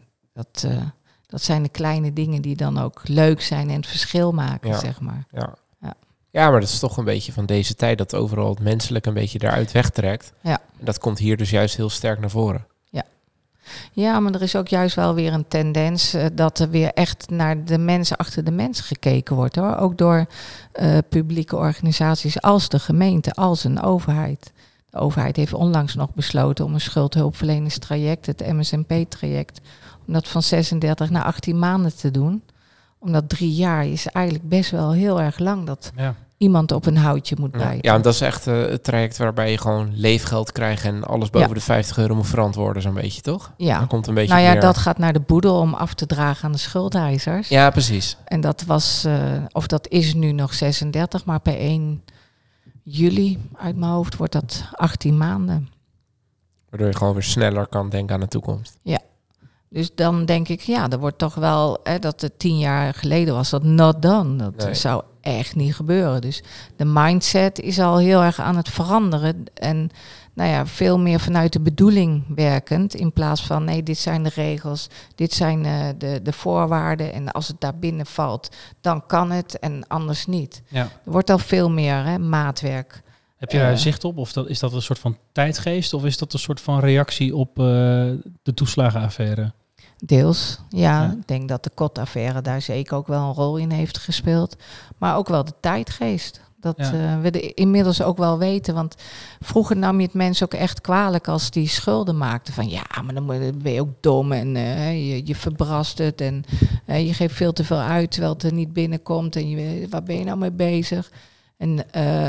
Dat zijn de kleine dingen die dan ook leuk zijn en het verschil maken, zeg maar. Ja, maar dat is toch een beetje van deze tijd, dat overal het menselijk een beetje eruit wegtrekt. Ja. En dat komt hier dus juist heel sterk naar voren. Ja, maar er is ook juist wel weer een tendens dat er weer echt naar de mensen achter de mens gekeken wordt, hoor. Ook door publieke organisaties als de gemeente, als een overheid. De overheid heeft onlangs nog besloten om een schuldhulpverleningstraject, het MSNP-traject, om dat van 36 naar 18 maanden te doen. Omdat 3 jaar is eigenlijk best wel heel erg lang dat iemand op een houtje moet bijten. Ja, en dat is echt het traject waarbij je gewoon leefgeld krijgt en alles boven de €50 moet verantwoorden, zo'n beetje, toch? Ja. Dan komt een beetje dat gaat naar de boedel om af te dragen aan de schuldeisers. Ja, precies. En dat was, of dat is nu nog 36, maar per 1 juli uit mijn hoofd wordt dat 18 maanden. Waardoor je gewoon weer sneller kan denken aan de toekomst. Ja. Dus dan denk ik, er wordt toch wel, dat het 10 jaar geleden was dat not done. Dat zou echt niet gebeuren. Dus de mindset is al heel erg aan het veranderen. En veel meer vanuit de bedoeling werkend. In plaats van, nee, dit zijn de regels, dit zijn de voorwaarden. En als het daar binnen valt, dan kan het en anders niet. Ja. Er wordt al veel meer maatwerk. Heb je daar zicht op? Of is dat een soort van tijdgeest? Of is dat een soort van reactie op de toeslagenaffaire? Deels, ja. Ik denk dat de Kot-affaire daar zeker ook wel een rol in heeft gespeeld. Maar ook wel de tijdgeest. Dat we inmiddels ook wel weten. Want vroeger nam je het mensen ook echt kwalijk als die schulden maakten. Van maar dan ben je ook dom en je verbrast het. En je geeft veel te veel uit terwijl het er niet binnenkomt. En waar ben je nou mee bezig? En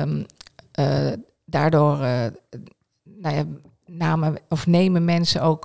daardoor nemen mensen ook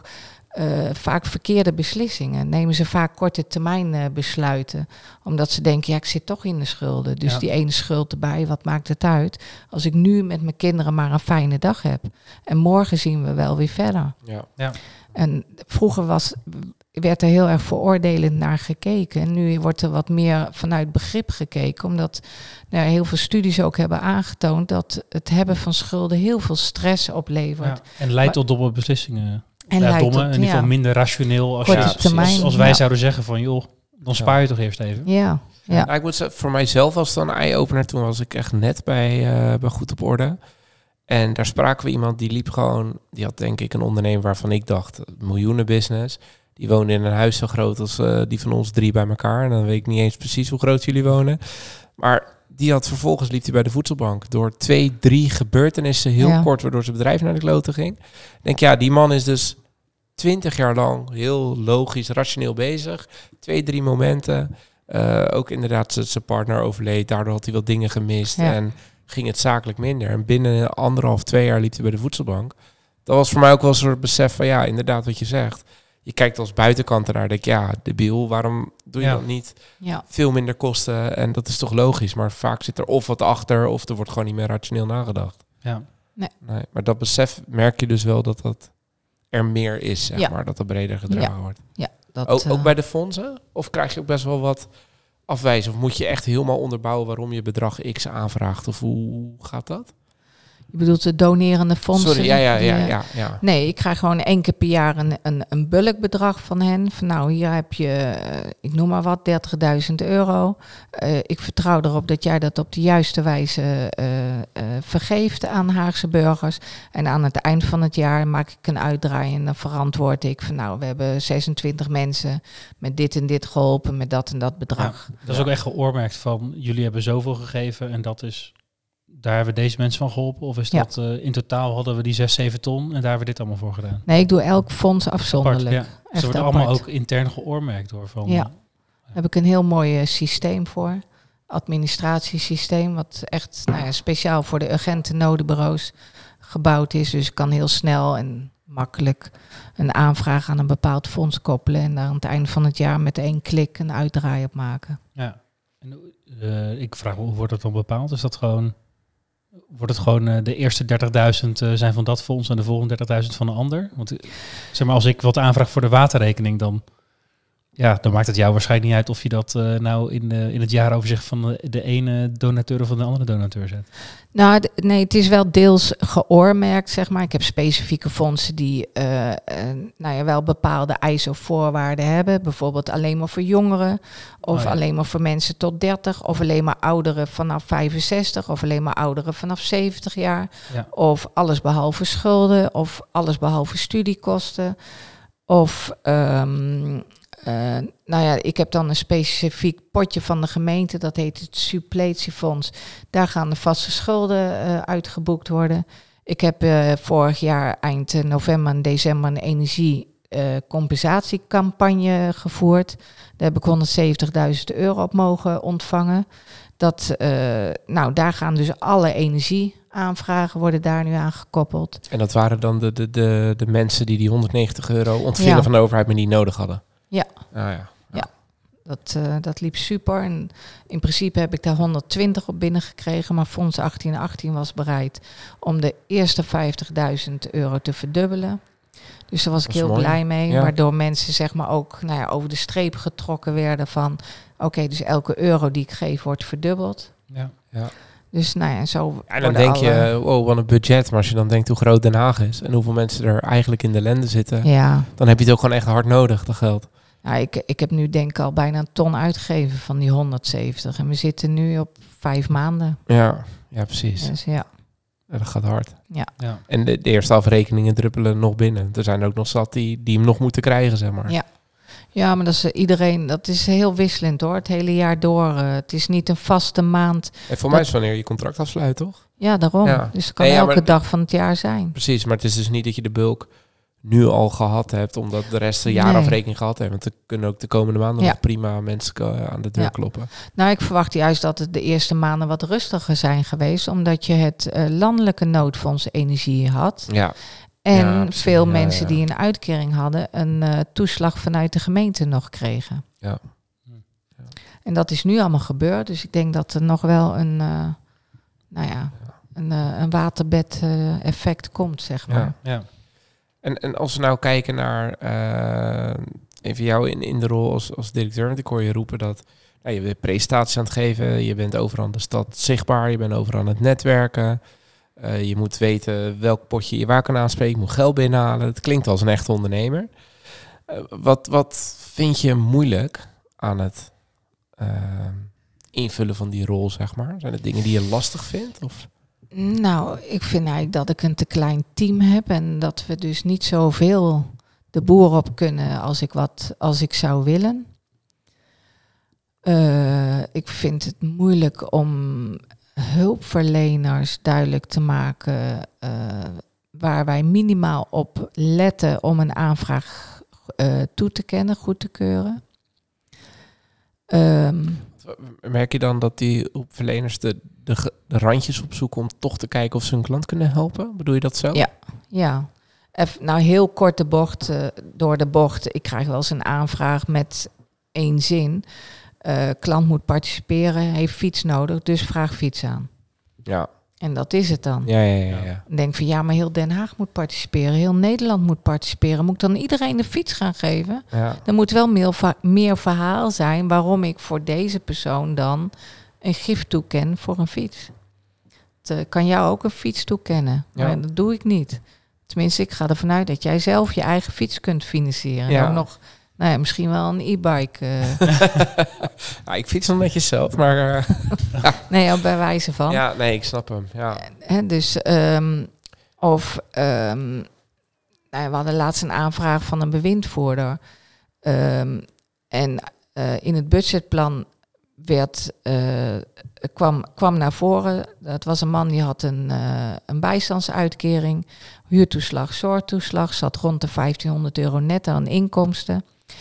vaak verkeerde beslissingen. Nemen ze vaak korte termijn besluiten. Omdat ze denken, ik zit toch in de schulden. Dus die ene schuld erbij, wat maakt het uit? Als ik nu met mijn kinderen maar een fijne dag heb. En morgen zien we wel weer verder. Ja. En vroeger werd er heel erg veroordelend naar gekeken. En nu wordt er wat meer vanuit begrip gekeken. Omdat heel veel studies ook hebben aangetoond dat het hebben van schulden heel veel stress oplevert. Ja, en leidt tot domme beslissingen. En domme, in ieder geval minder rationeel. Als wij zouden zeggen van, joh, dan spaar je toch eerst even. Ja. Ik moet zeggen, voor mijzelf was het een eye-opener. Toen was ik echt net bij Goed op Orde. En daar spraken we iemand die liep gewoon... Die had denk ik een ondernemer waarvan ik dacht, miljoenenbusiness. Die woonde in een huis zo groot als die van ons 3 bij elkaar. En dan weet ik niet eens precies hoe groot jullie wonen. Maar die had vervolgens, liep hij bij de voedselbank. Door 2-3 gebeurtenissen heel kort, waardoor zijn bedrijf naar de kloten ging. Ik denk, die man is dus 20 jaar lang heel logisch, rationeel bezig. 2-3 momenten. Ook inderdaad, zijn partner overleed. Daardoor had hij wel dingen gemist. Ja. En ging het zakelijk minder. En binnen 1,5-2 jaar liep hij bij de voedselbank. Dat was voor mij ook wel een soort besef van, inderdaad wat je zegt. Je kijkt als buitenkant ernaar, denk debiel, waarom doe je dat niet? Ja. Veel minder kosten en dat is toch logisch. Maar vaak zit er of wat achter of er wordt gewoon niet meer rationeel nagedacht. Ja. Nee, maar dat besef merk je dus wel dat er meer is, zeg maar, dat er breder gedragen wordt. Ja, ook bij de fondsen? Of krijg je ook best wel wat afwijzen? Of moet je echt helemaal onderbouwen waarom je bedrag X aanvraagt? Of hoe gaat dat? Je bedoelt de donerende fondsen? Sorry, ja. Nee, ik krijg gewoon 1 keer per jaar een bulkbedrag van hen. Van hier heb je, ik noem maar wat, €30.000. Ik vertrouw erop dat jij dat op de juiste wijze vergeeft aan Haagse burgers. En aan het eind van het jaar maak ik een uitdraai en dan verantwoord ik van we hebben 26 mensen met dit en dit geholpen, met dat en dat bedrag. Ja, dat is ook echt geoormerkt van, jullie hebben zoveel gegeven en dat is... Daar hebben we deze mensen van geholpen? Of is dat in totaal hadden we die 6-7 ton en daar hebben we dit allemaal voor gedaan? Nee, ik doe elk fonds afzonderlijk. Apart, ja. Dus wordt allemaal ook intern geoormerkt door van. Daar heb ik een heel mooi systeem voor. Administratiesysteem, wat echt speciaal voor de urgente nodenbureaus gebouwd is. Dus ik kan heel snel en makkelijk een aanvraag aan een bepaald fonds koppelen en daar aan het einde van het jaar met 1 klik een uitdraai op maken. Ja. En, ik vraag me, hoe wordt het dan bepaald? Is dat gewoon, wordt het gewoon de eerste 30.000 zijn van dat fonds en de volgende 30.000 van een ander? Want zeg maar, als ik wat aanvraag voor de waterrekening, dan maakt het jou waarschijnlijk niet uit of je dat nou in het jaaroverzicht van de ene donateur of van de andere donateur zet. Nou, nee, het is wel deels geoormerkt, zeg maar. Ik heb specifieke fondsen die wel bepaalde eisen of voorwaarden hebben. Bijvoorbeeld alleen maar voor jongeren, of alleen maar voor mensen tot 30, of alleen maar ouderen vanaf 65, of alleen maar ouderen vanaf 70 jaar. Ja. Of alles behalve schulden, of alles behalve studiekosten. Of ik heb dan een specifiek potje van de gemeente, dat heet het suppletiefonds. Daar gaan de vaste schulden uitgeboekt worden. Ik heb vorig jaar eind november en december een energiecompensatiecampagne gevoerd. Daar heb ik €170.000 op mogen ontvangen. Daar gaan dus alle energieaanvragen worden daar nu aan gekoppeld. En dat waren dan de mensen die €190 ontvingen van de overheid, maar niet nodig hadden? Ja. Ja. Dat liep super. En in principe heb ik daar 120 op binnengekregen. Maar Fonds 1818 was bereid om de eerste €50.000 te verdubbelen. Dus daar was ik heel blij mee. Ja. Waardoor mensen zeg maar ook over de streep getrokken werden van... Oké, dus elke euro die ik geef wordt verdubbeld. Ja. Dus zo... En dan denk je, wat een budget. Maar als je dan denkt hoe groot Den Haag is... en hoeveel mensen er eigenlijk in de lende zitten... dan heb je het ook gewoon echt hard nodig, dat geld. Ja, ik heb nu denk ik al bijna een ton uitgegeven van die 170. En we zitten nu op 5 maanden. Ja, precies. Dus ja. Dat gaat hard. Ja. En de eerste afrekeningen druppelen nog binnen. Er zijn ook nog zat die hem nog moeten krijgen, zeg maar. Ja, maar dat is heel wisselend hoor. Het hele jaar door. Het is niet een vaste maand. En voor mij is wanneer je contract afsluit, toch? Ja, daarom. Ja. Dus het kan elke dag van het jaar zijn. Precies, maar het is dus niet dat je de bulk nu al gehad hebt, omdat de rest een jaarafrekening gehad heeft. Want er kunnen ook de komende maanden nog prima mensen aan de deur kloppen. Nou, ik verwacht juist dat het de eerste maanden wat rustiger zijn geweest, omdat je het landelijke noodfonds energie had. Ja. En veel mensen die een uitkering hadden, een toeslag vanuit de gemeente nog kregen. Ja. En dat is nu allemaal gebeurd. Dus ik denk dat er nog wel een waterbed effect komt, zeg maar. Ja. En als we nou kijken naar even jou in de rol als directeur, want ik hoor je roepen dat je bent presentaties aan het geven, je bent overal in de stad zichtbaar, je bent overal aan het netwerken, je moet weten welk potje je waar kan aanspreken, je moet geld binnenhalen. Het klinkt als een echte ondernemer. Wat vind je moeilijk aan het invullen van die rol, zeg maar? Zijn het dingen die je lastig vindt? Of? Nou, ik vind eigenlijk dat ik een te klein team heb en dat we dus niet zoveel de boer op kunnen als ik zou willen. Ik vind het moeilijk om hulpverleners duidelijk te maken waar wij minimaal op letten om een aanvraag toe te kennen, goed te keuren. Merk je dan dat die hulpverleners de randjes opzoeken om toch te kijken of ze een klant kunnen helpen? Bedoel je dat zo? Ja. Nou, heel kort door de bocht. Ik krijg wel eens een aanvraag met 1 zin. Klant moet participeren, heeft fiets nodig, dus vraag fiets aan. Ja. En dat is het dan. Ja. Dan denk van maar heel Den Haag moet participeren, heel Nederland moet participeren. Moet ik dan iedereen de fiets gaan geven? Ja. Er moet wel meer verhaal zijn waarom ik voor deze persoon dan een gift toeken voor een fiets. Het kan jou ook een fiets toekennen, maar dat doe ik niet. Tenminste, ik ga ervan uit dat jij zelf je eigen fiets kunt financieren. En ook nog, misschien wel een e-bike. Ik fiets nog netjes zelf, maar... Nee, bij wijze van. Ja, nee, ik snap hem. Ja. Dus, we hadden laatst een aanvraag van een bewindvoerder. In het budgetplan kwam naar voren. Dat was een man die had een bijstandsuitkering, huurtoeslag, zorgtoeslag, zat rond de €1.500 net aan inkomsten.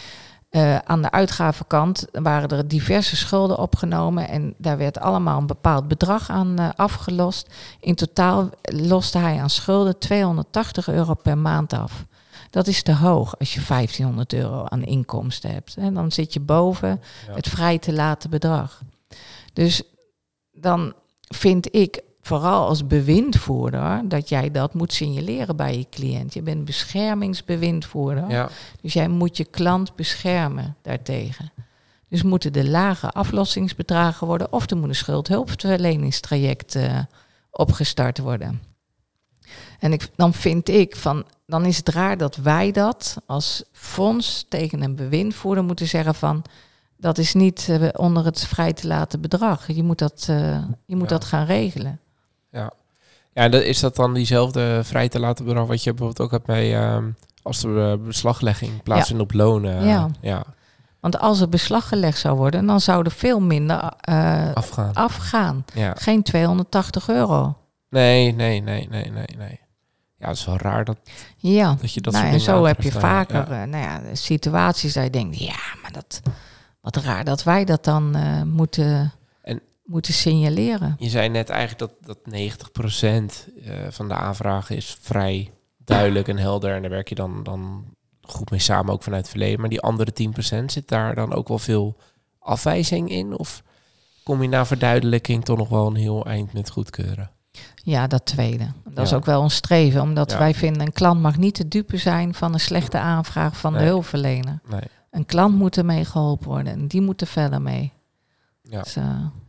Aan de uitgavenkant waren er diverse schulden opgenomen en daar werd allemaal een bepaald bedrag aan afgelost. In totaal loste hij aan schulden €280 per maand af. Dat is te hoog als je €1500 aan inkomsten hebt. En dan zit je boven het vrij te laten bedrag. Dus dan vind ik, vooral als bewindvoerder, dat jij dat moet signaleren bij je cliënt. Je bent beschermingsbewindvoerder. Ja. Dus jij moet je klant beschermen daartegen. Dus moeten er lage aflossingsbedragen worden of er moet een schuldhulpverleningstraject opgestart worden. En dan vind ik dan is het raar dat wij dat als fonds tegen een bewindvoerder moeten zeggen van, dat is niet onder het vrij te laten bedrag. Je moet dat gaan regelen. Ja, is dat dan diezelfde vrij te laten bedrag wat je bijvoorbeeld ook hebt bij als er beslaglegging plaatsvindt op lonen? Ja. Want als er beslag gelegd zou worden, dan zou er veel minder afgaan. Ja. Geen €280. Nee. Ja, het is wel raar dat je dat soort dingen zo heb je aantreft. vaker situaties dat je denkt, maar wat raar dat wij dat dan moeten signaleren. Je zei net eigenlijk dat 90% van de aanvragen is vrij duidelijk en helder. En daar werk je dan goed mee samen, ook vanuit het verleden. Maar die andere 10%, zit daar dan ook wel veel afwijzing in? Of kom je na verduidelijking toch nog wel een heel eind met goedkeuren? Ja, dat tweede. Dat is ook wel ons streven. Omdat wij vinden, een klant mag niet de dupe zijn van een slechte aanvraag van de hulpverlener. Nee. Een klant moet ermee geholpen worden en die moet er verder mee. Ja. Dus,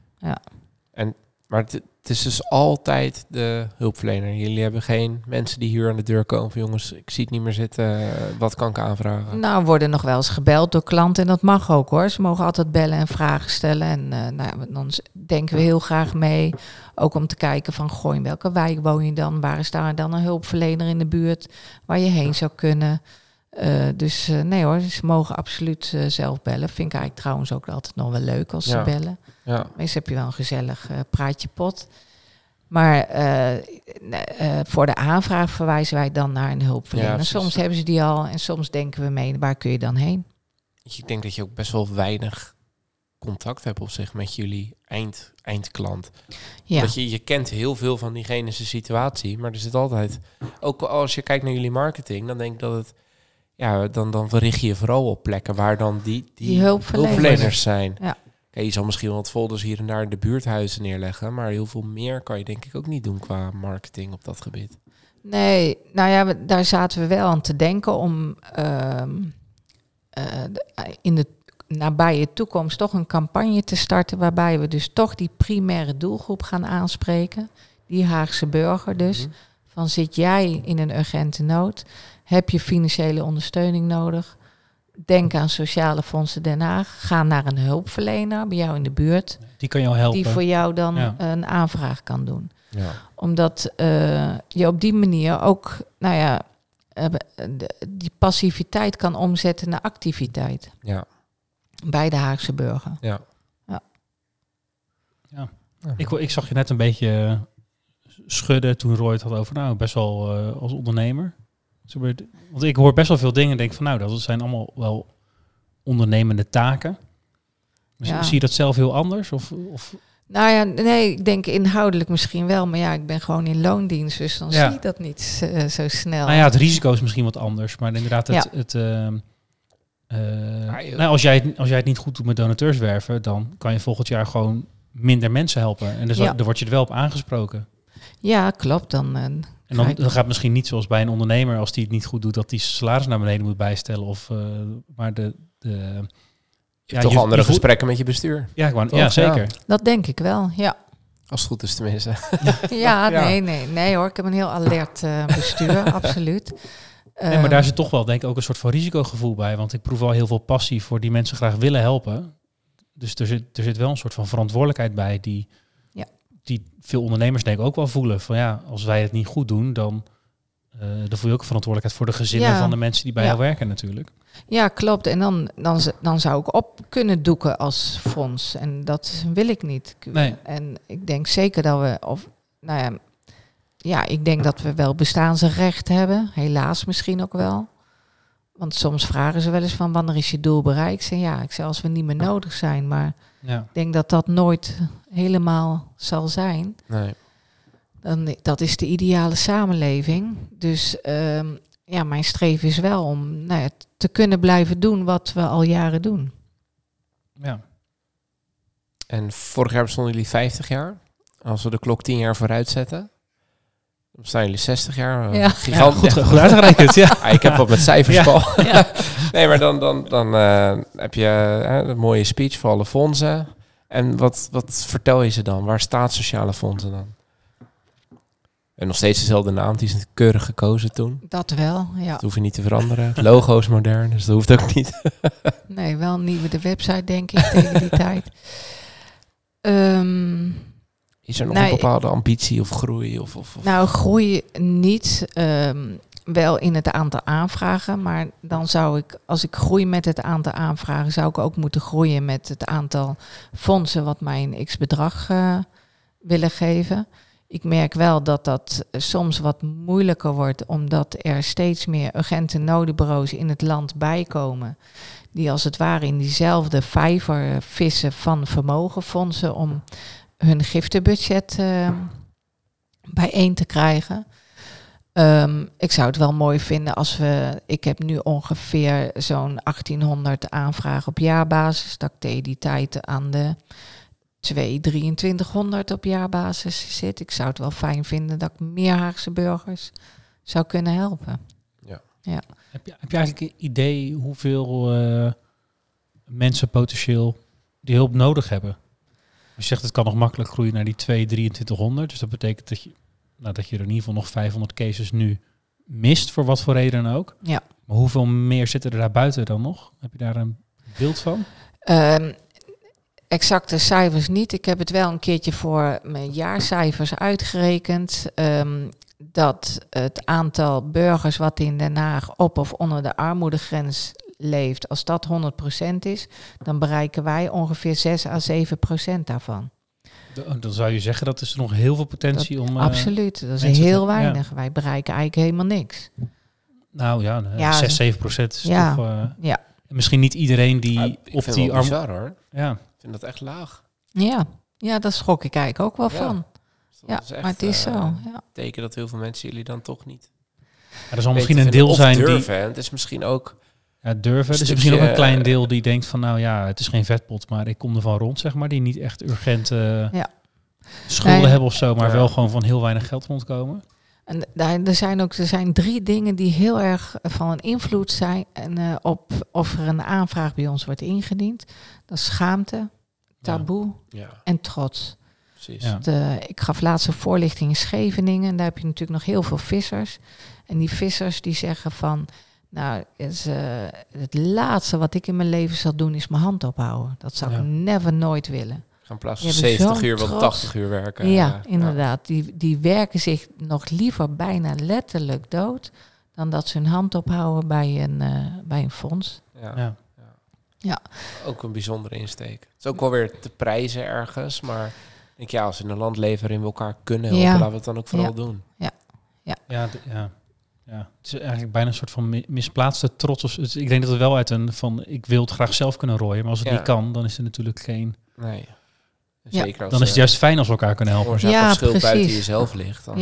Maar het is dus altijd de hulpverlener. Jullie hebben geen mensen die hier aan de deur komen van, jongens, ik zie het niet meer zitten, wat kan ik aanvragen? Nou, worden nog wel eens gebeld door klanten en dat mag ook hoor. Ze mogen altijd bellen en vragen stellen en dan denken we heel graag mee. Ook om te kijken van, in welke wijk woon je dan? Waar is daar dan een hulpverlener in de buurt waar je heen zou kunnen? Nee hoor, ze mogen absoluut zelf bellen. Vind ik eigenlijk trouwens ook altijd nog wel leuk als ze bellen. Ja. Meestal heb je wel een gezellig praatje pot. Maar voor de aanvraag verwijzen wij dan naar een hulpverlener. Soms hebben ze die al en soms denken we mee, waar kun je dan heen? Ik denk dat je ook best wel weinig contact hebt op zich met jullie eindklant. Ja. Dat je kent heel veel van diegene's situatie, maar er zit altijd, ook als je kijkt naar jullie marketing, dan denk ik dat het, dan richt je vooral op plekken waar dan die hulpverleners zijn. Ja. Je zal misschien wel wat folders hier en daar in de buurthuizen neerleggen, maar heel veel meer kan je denk ik ook niet doen qua marketing op dat gebied. Nee, daar zaten we wel aan te denken om in de nabije toekomst toch een campagne te starten waarbij we dus toch die primaire doelgroep gaan aanspreken. Die Haagse burger dus. Mm-hmm. Van zit jij in een urgente nood? Heb je financiële ondersteuning nodig? Denk aan Sociale Fondsen Den Haag. Ga naar een hulpverlener bij jou in de buurt. Die kan jou helpen. Die voor jou dan een aanvraag kan doen. Ja. Omdat je op die manier ook die passiviteit kan omzetten naar activiteit. Ja. Bij de Haagse burger. Ja. Ik zag je net een beetje schudden toen Roy het had over, best wel als ondernemer. Want ik hoor best wel veel dingen en denk van, dat zijn allemaal wel ondernemende taken. Zie je dat zelf heel anders? Of? Nee, ik denk inhoudelijk misschien wel. Maar ik ben gewoon in loondienst, dus dan zie je dat niet zo snel. Het risico is misschien wat anders. Maar inderdaad, als jij het niet goed doet met donateurswerven, dan kan je volgend jaar gewoon minder mensen helpen. En dus daar word je er wel op aangesproken. Ja, klopt. Dan gaat het misschien niet zoals bij een ondernemer, als die het niet goed doet, dat die salaris naar beneden moet bijstellen. Maar je hebt toch andere gesprekken met je bestuur. Ja, zeker. Ja. Dat denk ik wel, ja. Als het goed is tenminste. Nee hoor. Ik heb een heel alert bestuur, absoluut. Nee, maar daar zit toch wel denk ik ook een soort van risicogevoel bij. Want ik proef wel heel veel passie voor die mensen graag willen helpen. Dus er zit wel een soort van verantwoordelijkheid bij die veel ondernemers denk ik ook wel voelen. Van als wij het niet goed doen, dan voel je ook verantwoordelijkheid voor de gezinnen van de mensen die bij jou werken natuurlijk. Ja, klopt. En dan zou ik op kunnen doeken als fonds. En dat wil ik niet. Nee. En ik denk zeker dat we, ik denk dat we wel bestaansrecht hebben. Helaas misschien ook wel. Want soms vragen ze wel eens van wanneer is je doel bereikt? En ja, ik zeg als we niet meer nodig zijn. Maar ik denk dat dat nooit helemaal zal zijn. Nee. Dat is de ideale samenleving. Dus mijn streven is wel om te kunnen blijven doen wat we al jaren doen. Ja. En vorig jaar bestonden jullie 50 jaar. Als we de klok 10 jaar vooruit zetten, dan staan jullie 60 jaar. Gigantisch. Ja, goed uitgerekend, ja. Ik heb wat met cijfers, Paul. Ja. Nee, maar dan heb je een mooie speech voor alle fondsen. En wat vertel je ze dan? Waar staat sociale fondsen dan? En nog steeds dezelfde naam, die is keurig gekozen toen. Dat wel, ja. Dat hoef je niet te veranderen. Het logo is modern, dus dat hoeft ook niet. Nee, wel nieuwe de website, denk ik, tegen die tijd. Is er nog een bepaalde ambitie of groei? Of? Nou, groei niet. Wel in het aantal aanvragen. Maar dan zou ik, als ik groei met het aantal aanvragen, zou ik ook moeten groeien met het aantal fondsen wat mij een x-bedrag willen geven. Ik merk wel dat dat soms wat moeilijker wordt, omdat er steeds meer urgente nodenbureaus in het land bijkomen, die als het ware in diezelfde vijver vissen van vermogenfondsen om hun giftenbudget bijeen te krijgen. Ik zou het wel mooi vinden als ik heb nu ongeveer zo'n 1800 aanvragen op jaarbasis, dat ik tegen die tijd aan de 2300 op jaarbasis zit. Ik zou het wel fijn vinden dat ik meer Haagse burgers zou kunnen helpen. Ja. Heb je eigenlijk een idee hoeveel mensen potentieel die hulp nodig hebben? Je zegt het kan nog makkelijk groeien naar die 2300. Dus dat betekent dat je er in ieder geval nog 500 cases nu mist, voor wat voor reden dan ook. Ja. Maar hoeveel meer zitten er daar buiten dan nog? Heb je daar een beeld van? Exacte cijfers niet. Ik heb het wel een keertje voor mijn jaarcijfers uitgerekend. Dat het aantal burgers wat in Den Haag op of onder de armoedegrens leeft, als dat 100% is, dan bereiken wij ongeveer 6 à 7% daarvan. Dan zou je zeggen dat is nog heel veel potentie om... Absoluut, dat is heel weinig. Ja. Wij bereiken eigenlijk helemaal niks. Nou ja, 6-7% is toch... Ja. Misschien niet iedereen die op die arm... bizar, hoor. Ja. Ik vind dat echt laag. Ja, daar schrok ik eigenlijk ook wel van. Dat is echt, maar het is zo. Ja. Teken dat heel veel mensen jullie dan toch niet... Er zal misschien een deel zijn durven, die... Het is misschien ook... Ja, durven. Er is misschien ook een klein deel die denkt van, nou ja, het is geen vetpot, maar ik kom ervan rond, zeg maar. Die niet echt urgent schulden hebben of zo, maar wel gewoon van heel weinig geld rondkomen. En er zijn 3 dingen die heel erg van een invloed zijn op of er een aanvraag bij ons wordt ingediend. Dat is schaamte, taboe en trots. Precies. Ja. Ik gaf laatst een voorlichting in Scheveningen en daar heb je natuurlijk nog heel veel vissers. En die vissers die zeggen van, nou, het laatste wat ik in mijn leven zal doen is mijn hand ophouden. Dat zou ik never nooit willen. Gaan plaats van 70 uur wel 80 uur werken. Ja, inderdaad. Die werken zich nog liever bijna letterlijk dood dan dat ze hun hand ophouden bij een fonds. Ja. Ook een bijzondere insteek. Het is ook wel weer te prijzen ergens, maar denk als we in een land leven waarin we elkaar kunnen helpen, laten we het dan ook vooral doen. Ja. Het is eigenlijk bijna een soort van misplaatste trots. Ik denk dat het wel uit ik wil het graag zelf kunnen rooien, maar als het niet kan, dan is er natuurlijk geen... Nee. Zeker dan is het juist fijn als we elkaar kunnen helpen. Oorzaak of schuld buiten jezelf ligt. Dan,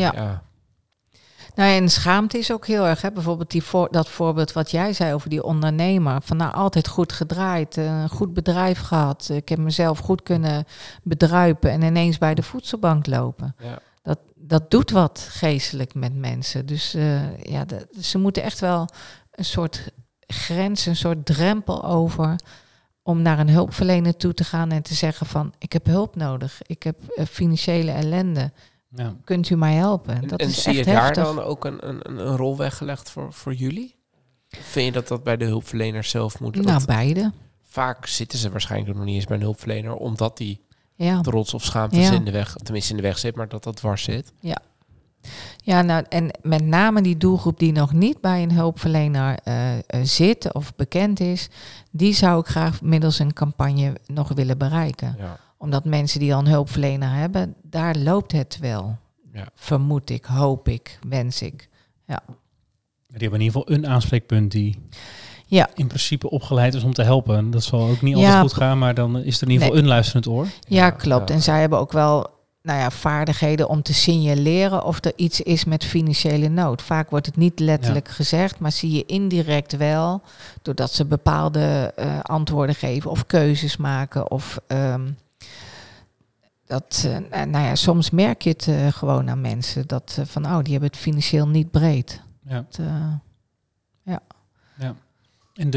Nou, en schaamte is ook heel erg. Hè? Bijvoorbeeld dat voorbeeld wat jij zei over die ondernemer. Van altijd goed gedraaid, een goed bedrijf gehad. Ik heb mezelf goed kunnen bedruipen en ineens bij de voedselbank lopen. Ja. Dat doet wat geestelijk met mensen. Dus ze moeten echt wel een soort grens, een soort drempel over om naar een hulpverlener toe te gaan en te zeggen van, ik heb hulp nodig. Ik heb financiële ellende. Ja. Kunt u mij helpen? En zie je daar dan ook een rol weggelegd voor jullie? Vind je dat bij de hulpverlener zelf moet? Nou, beide. Vaak zitten ze waarschijnlijk nog niet eens bij een hulpverlener, omdat die trots of schaamte in de weg, tenminste in de weg zit, maar dat dwars zit. Ja, nou, en met name die doelgroep die nog niet bij een hulpverlener zit of bekend is, die zou ik graag middels een campagne nog willen bereiken. Ja. Omdat mensen die al een hulpverlener hebben, daar loopt het wel. Ja. Vermoed ik, hoop ik, wens ik. Ja. Die hebben in ieder geval een aanspreekpunt die... in principe opgeleid is om te helpen. Dat zal ook niet altijd goed gaan, maar dan is er in ieder geval een luisterend oor. Ja, klopt. En zij hebben ook wel vaardigheden om te signaleren of er iets is met financiële nood. Vaak wordt het niet letterlijk gezegd, maar zie je indirect wel, doordat ze bepaalde antwoorden geven of keuzes maken. Of soms merk je het gewoon aan mensen, dat die hebben het financieel niet breed. Ja. En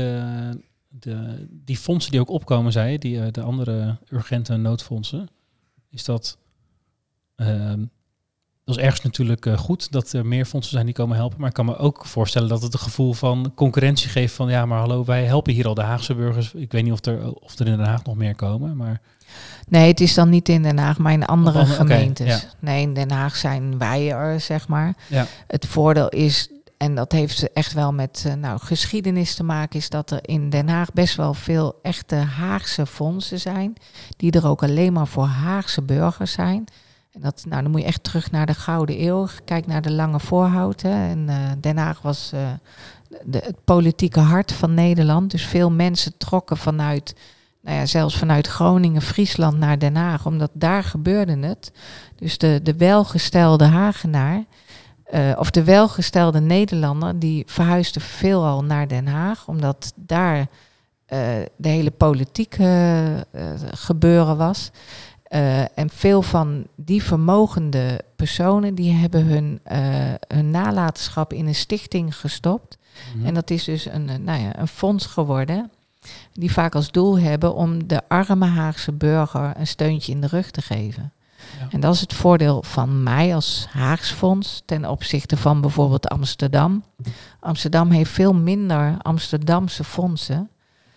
die fondsen die ook opkomen, zei je, de andere urgente noodfondsen, is dat is ergens natuurlijk goed dat er meer fondsen zijn die komen helpen. Maar ik kan me ook voorstellen dat het een gevoel van concurrentie geeft van ja, maar hallo, wij helpen hier al de Haagse burgers. Ik weet niet of er in Den Haag nog meer komen, maar... Nee, het is dan niet in Den Haag, maar in andere gemeentes. Ja. Nee, in Den Haag zijn wij er, zeg maar. Ja. Het voordeel is, en dat heeft echt wel met geschiedenis te maken, is dat er in Den Haag best wel veel echte Haagse fondsen zijn, die er ook alleen maar voor Haagse burgers zijn. En dat, dan moet je echt terug naar de Gouden Eeuw. Kijk naar de Lange Voorhout. Hè. En Den Haag was het politieke hart van Nederland. Dus veel mensen trokken vanuit, zelfs vanuit Groningen, Friesland naar Den Haag, omdat daar gebeurde het. Dus de welgestelde Hagenaar, of de welgestelde Nederlander, die verhuisde veelal naar Den Haag, omdat daar de hele politiek gebeuren was. En veel van die vermogende personen, die hebben hun nalatenschap in een stichting gestopt. Mm-hmm. En dat is dus een fonds geworden, die vaak als doel hebben om de arme Haagse burger een steuntje in de rug te geven. Ja. En dat is het voordeel van mij als Haags fonds ten opzichte van bijvoorbeeld Amsterdam. Amsterdam heeft veel minder Amsterdamse fondsen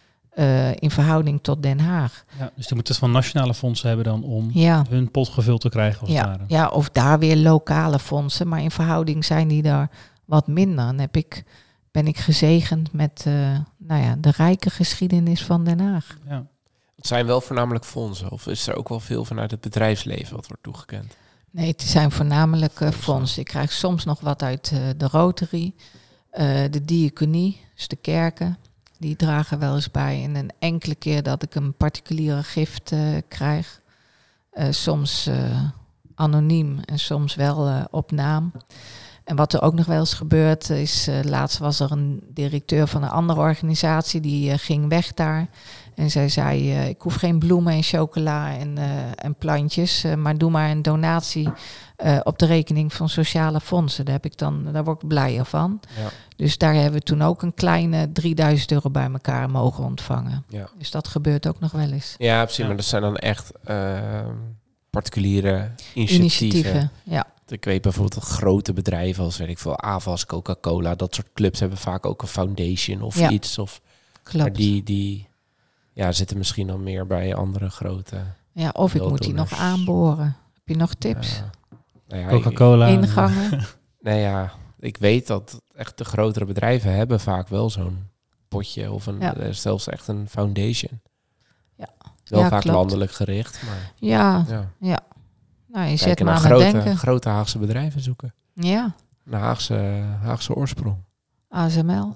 in verhouding tot Den Haag. Ja, dus die moeten het van nationale fondsen hebben dan om hun pot gevuld te krijgen. Als het ware. Ja, of daar weer lokale fondsen, maar in verhouding zijn die daar wat minder. Dan ben ik gezegend met de rijke geschiedenis van Den Haag. Ja. Het zijn wel voornamelijk fondsen, of is er ook wel veel vanuit het bedrijfsleven wat wordt toegekend? Nee, het zijn voornamelijk fondsen. Ik krijg soms nog wat uit de Rotary, de diaconie, dus de kerken. Die dragen wel eens bij. En een enkele keer dat ik een particuliere gift krijg. Soms anoniem en soms wel op naam. En wat er ook nog wel eens gebeurt is, laatst was er een directeur van een andere organisatie, die ging weg daar. En zij zei, ik hoef geen bloemen en chocola en plantjes, maar doe maar een donatie op de rekening van sociale fondsen. Daar word ik blijer van. Ja. Dus daar hebben we toen ook een kleine €3000 bij elkaar mogen ontvangen. Ja. Dus dat gebeurt ook nog wel eens. Ja, precies, maar dat zijn dan echt particuliere initiatieven. Ja. Ik weet bijvoorbeeld grote bedrijven als, weet ik veel, Avas, Coca-Cola, dat soort clubs hebben vaak ook een foundation of iets. Klopt. Maar die zitten misschien dan meer bij andere grote... Ja, of ik moet die nog aanboren. Heb je nog tips? Coca-Cola. Ingangen? Ik weet dat echt de grotere bedrijven hebben vaak wel zo'n potje of zelfs echt een foundation. Ja. Wel vaak klopt. Landelijk gericht, maar... Ja. Nou, je zet maar aan het denken. Grote Haagse bedrijven zoeken. Ja. Een Haagse oorsprong. ASML.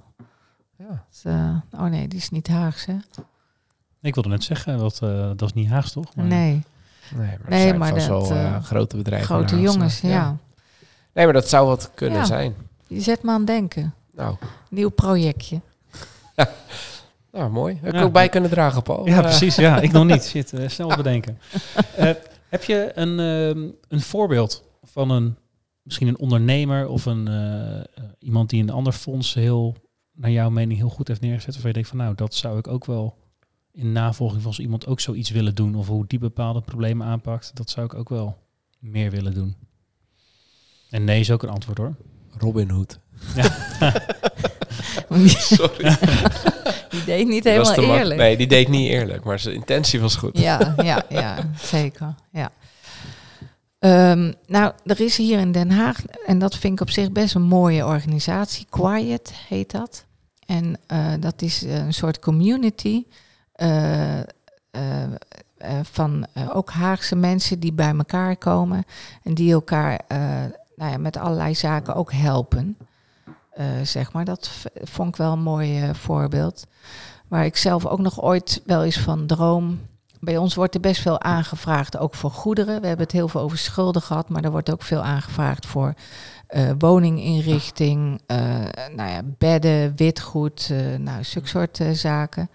Ja. Nee, die is niet Haags, hè? Ik wilde net zeggen, dat is niet Haags, toch? Maar... Nee. Maar dat zijn wel grote bedrijven. Grote jongens, ja. Nee, maar dat zou wat kunnen zijn. Je zet me aan het denken. Nou. Nieuw projectje. Ja. Nou, mooi. Heb ik ook bij kunnen dragen, Paul. Ja, precies. Ja, ik nog niet. Shit, snel bedenken. Heb je een voorbeeld van misschien een ondernemer of iemand die een ander fonds naar jouw mening heel goed heeft neergezet, waarvan je denkt van dat zou ik ook wel in navolging van zo iemand ook zoiets willen doen, of hoe die bepaalde problemen aanpakt, dat zou ik ook wel meer willen doen. En nee is ook een antwoord, hoor. Robin Hood. Ja. Sorry. Die deed niet helemaal eerlijk. Nee, die deed niet eerlijk, maar zijn intentie was goed. Ja, zeker. Ja. Er is hier in Den Haag, en dat vind ik op zich best een mooie organisatie, Quiet heet dat. En dat is een soort community van ook Haagse mensen die bij elkaar komen en die elkaar met allerlei zaken ook helpen. zeg maar. Dat vond ik wel een mooi voorbeeld. Waar ik zelf ook nog ooit wel eens van droom. Bij ons wordt er best veel aangevraagd, ook voor goederen. We hebben het heel veel over schulden gehad, maar er wordt ook veel aangevraagd voor woninginrichting, bedden, witgoed, zulke soort zaken.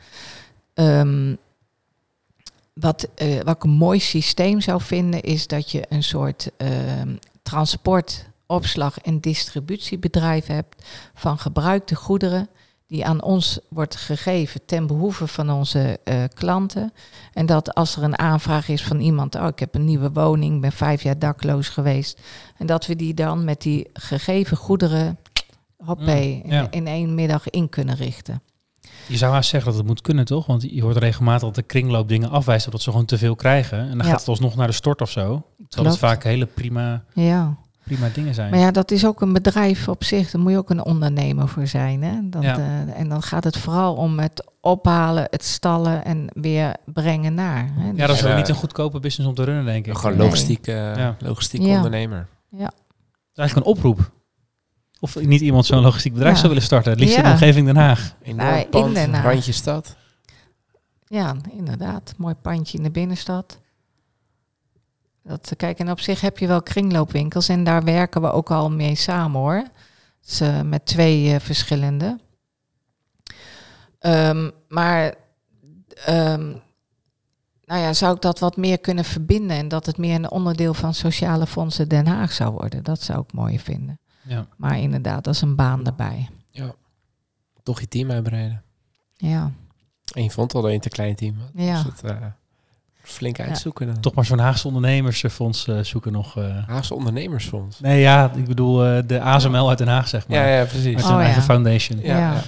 Wat ik een mooi systeem zou vinden, is dat je een soort transport, opslag en distributiebedrijf hebt van gebruikte goederen die aan ons wordt gegeven ten behoeve van onze klanten. En dat als er een aanvraag is van iemand, ik heb een nieuwe woning, ben 5 jaar dakloos geweest. En dat we die dan met die gegeven goederen in 1 middag in kunnen richten. Je zou haast zeggen dat het moet kunnen, toch? Want je hoort regelmatig dat de kringloop dingen afwijst, dat ze gewoon te veel krijgen. En dan gaat het alsnog naar de stort of zo. Terwijl het vaak hele prima dingen zijn. Maar ja, dat is ook een bedrijf op zich. Daar moet je ook een ondernemer voor zijn. Hè? En dan gaat het vooral om het ophalen, het stallen en weer brengen naar. Hè? Ja, dat is ook niet een goedkope business om te runnen, denk ik. Gewoon logistiek ondernemer. Ja. Dat is eigenlijk een oproep. Of niet iemand zo'n logistiek bedrijf zou willen starten. Het liefst in de omgeving Den Haag. Enorm pand, in Den Haag. Randje stad. Ja, inderdaad. Mooi pandje in de binnenstad. Kijk, en op zich heb je wel kringloopwinkels en daar werken we ook al mee samen, hoor. Dus, met 2 verschillende. Zou ik dat wat meer kunnen verbinden en dat het meer een onderdeel van Sociale Fondsen Den Haag zou worden? Dat zou ik mooi vinden. Ja. Maar inderdaad, dat is een baan erbij. Ja. Toch je team uitbreiden. Ja. En je vond al dat je een te klein team had. Ja. Dus het flink uitzoeken. Dan. Toch maar zo'n Haagse ondernemersfonds zoeken nog. Haagse ondernemersfonds? Nee, ja, ik bedoel de ASML uit Den Haag, zeg maar. Ja, precies. Met zijn eigen foundation. Ja.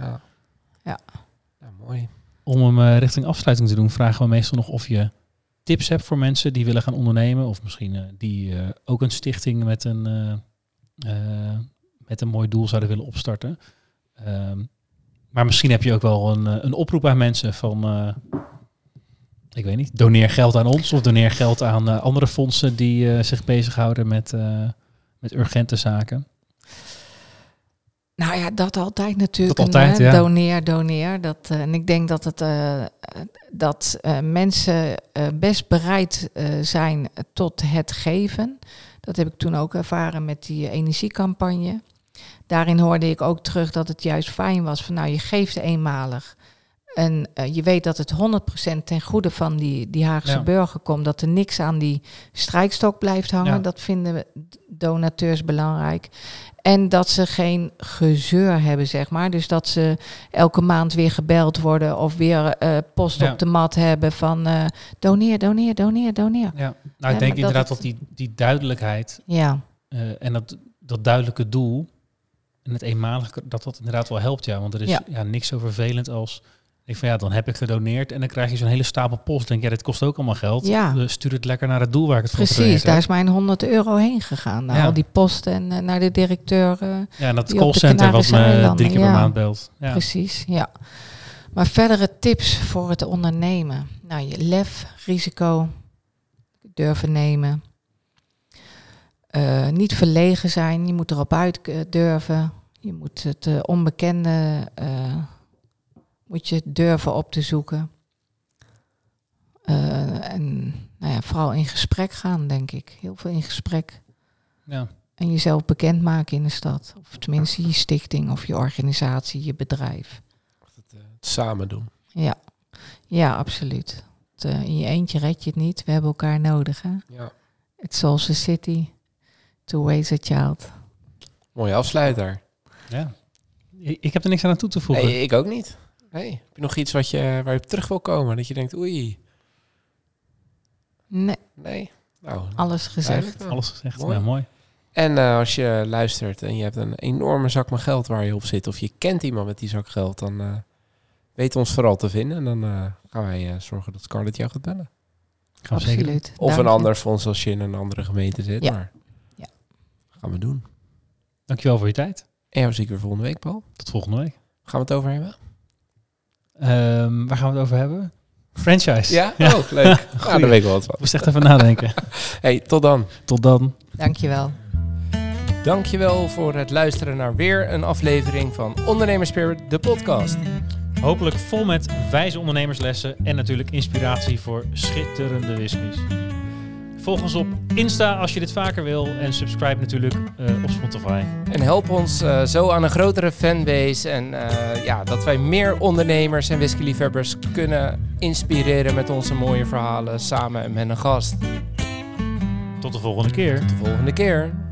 Mooi. Om hem richting afsluiting te doen, vragen we meestal nog of je tips hebt voor mensen die willen gaan ondernemen. Of misschien die ook een stichting met een mooi doel zouden willen opstarten. Maar misschien heb je ook wel een oproep aan mensen van... ik weet niet, doneer geld aan ons of doneer geld aan andere fondsen die zich bezighouden met urgente zaken. Nou ja, dat altijd natuurlijk. Dat altijd, Doneer. En ik denk dat mensen best bereid zijn tot het geven. Dat heb ik toen ook ervaren met die energiecampagne. Daarin hoorde ik ook terug dat het juist fijn was van je geeft eenmalig. En je weet dat het 100% ten goede van die Haagse burger komt. Dat er niks aan die strijkstok blijft hangen. Ja. Dat vinden donateurs belangrijk. En dat ze geen gezeur hebben, zeg maar. Dus dat ze elke maand weer gebeld worden of weer post op de mat hebben van doneer. Ja, ik denk inderdaad dat die duidelijkheid en dat duidelijke doel en het eenmalige, dat inderdaad wel helpt. Ja, want er is niks zo vervelend als... Ik van dan heb ik gedoneerd en dan krijg je zo'n hele stapel post. Denk dit kost ook allemaal geld. Ja. Dus stuur het lekker naar het doel waar ik het voor gedoneerd heb. Precies, daar is mijn €100 heen gegaan. Al die post en naar de directeur. En dat callcenter wat me 3 keer per maand belt. Ja. Precies, ja. Maar verdere tips voor het ondernemen. Je lef, risico, durven nemen. Niet verlegen zijn, je moet erop uit durven. Je moet het onbekende... moet je durven op te zoeken. En vooral in gesprek gaan, denk ik. Heel veel in gesprek. Ja. En jezelf bekendmaken in de stad. Of tenminste je stichting of je organisatie, je bedrijf. Het samen doen. Ja, absoluut. In je eentje red je het niet. We hebben elkaar nodig. Hè? Ja. It solves a city to raise a child. Mooie afsluiter. Ja. Ik heb er niks aan toe te voegen. Nee, ik ook niet. Hey, heb je nog iets waar je op terug wil komen? Dat je denkt, oei. Nee. Nou, alles gezegd. Alles gezegd. Mooi. Mooi. En als je luistert en je hebt een enorme zak met geld waar je op zit, of je kent iemand met die zak geld, dan weet ons vooral te vinden. En dan gaan wij zorgen dat Scarlett jou gaat bellen. Absoluut. Of een ander fonds als je in een andere gemeente zit. Ja. Maar gaan we doen. Dankjewel voor je tijd. En jou zie ik weer volgende week, Paul. Tot volgende week. Gaan we het over hebben? Waar gaan we het over hebben? Franchise. Ja? Oh, leuk. Daar weet ik wel wat van. Moest echt even nadenken. Hey, tot dan. Tot dan. Dankjewel. dankjewel voor het luisteren naar weer een aflevering van Ondernemerspirit, de podcast. Hopelijk vol met wijze ondernemerslessen en natuurlijk inspiratie voor schitterende whiskies. Volg ons op Insta als je dit vaker wil en subscribe natuurlijk op Spotify. En help ons zo aan een grotere fanbase en dat wij meer ondernemers en whiskyliefhebbers kunnen inspireren met onze mooie verhalen samen en met een gast. Tot de volgende keer. Tot de volgende keer.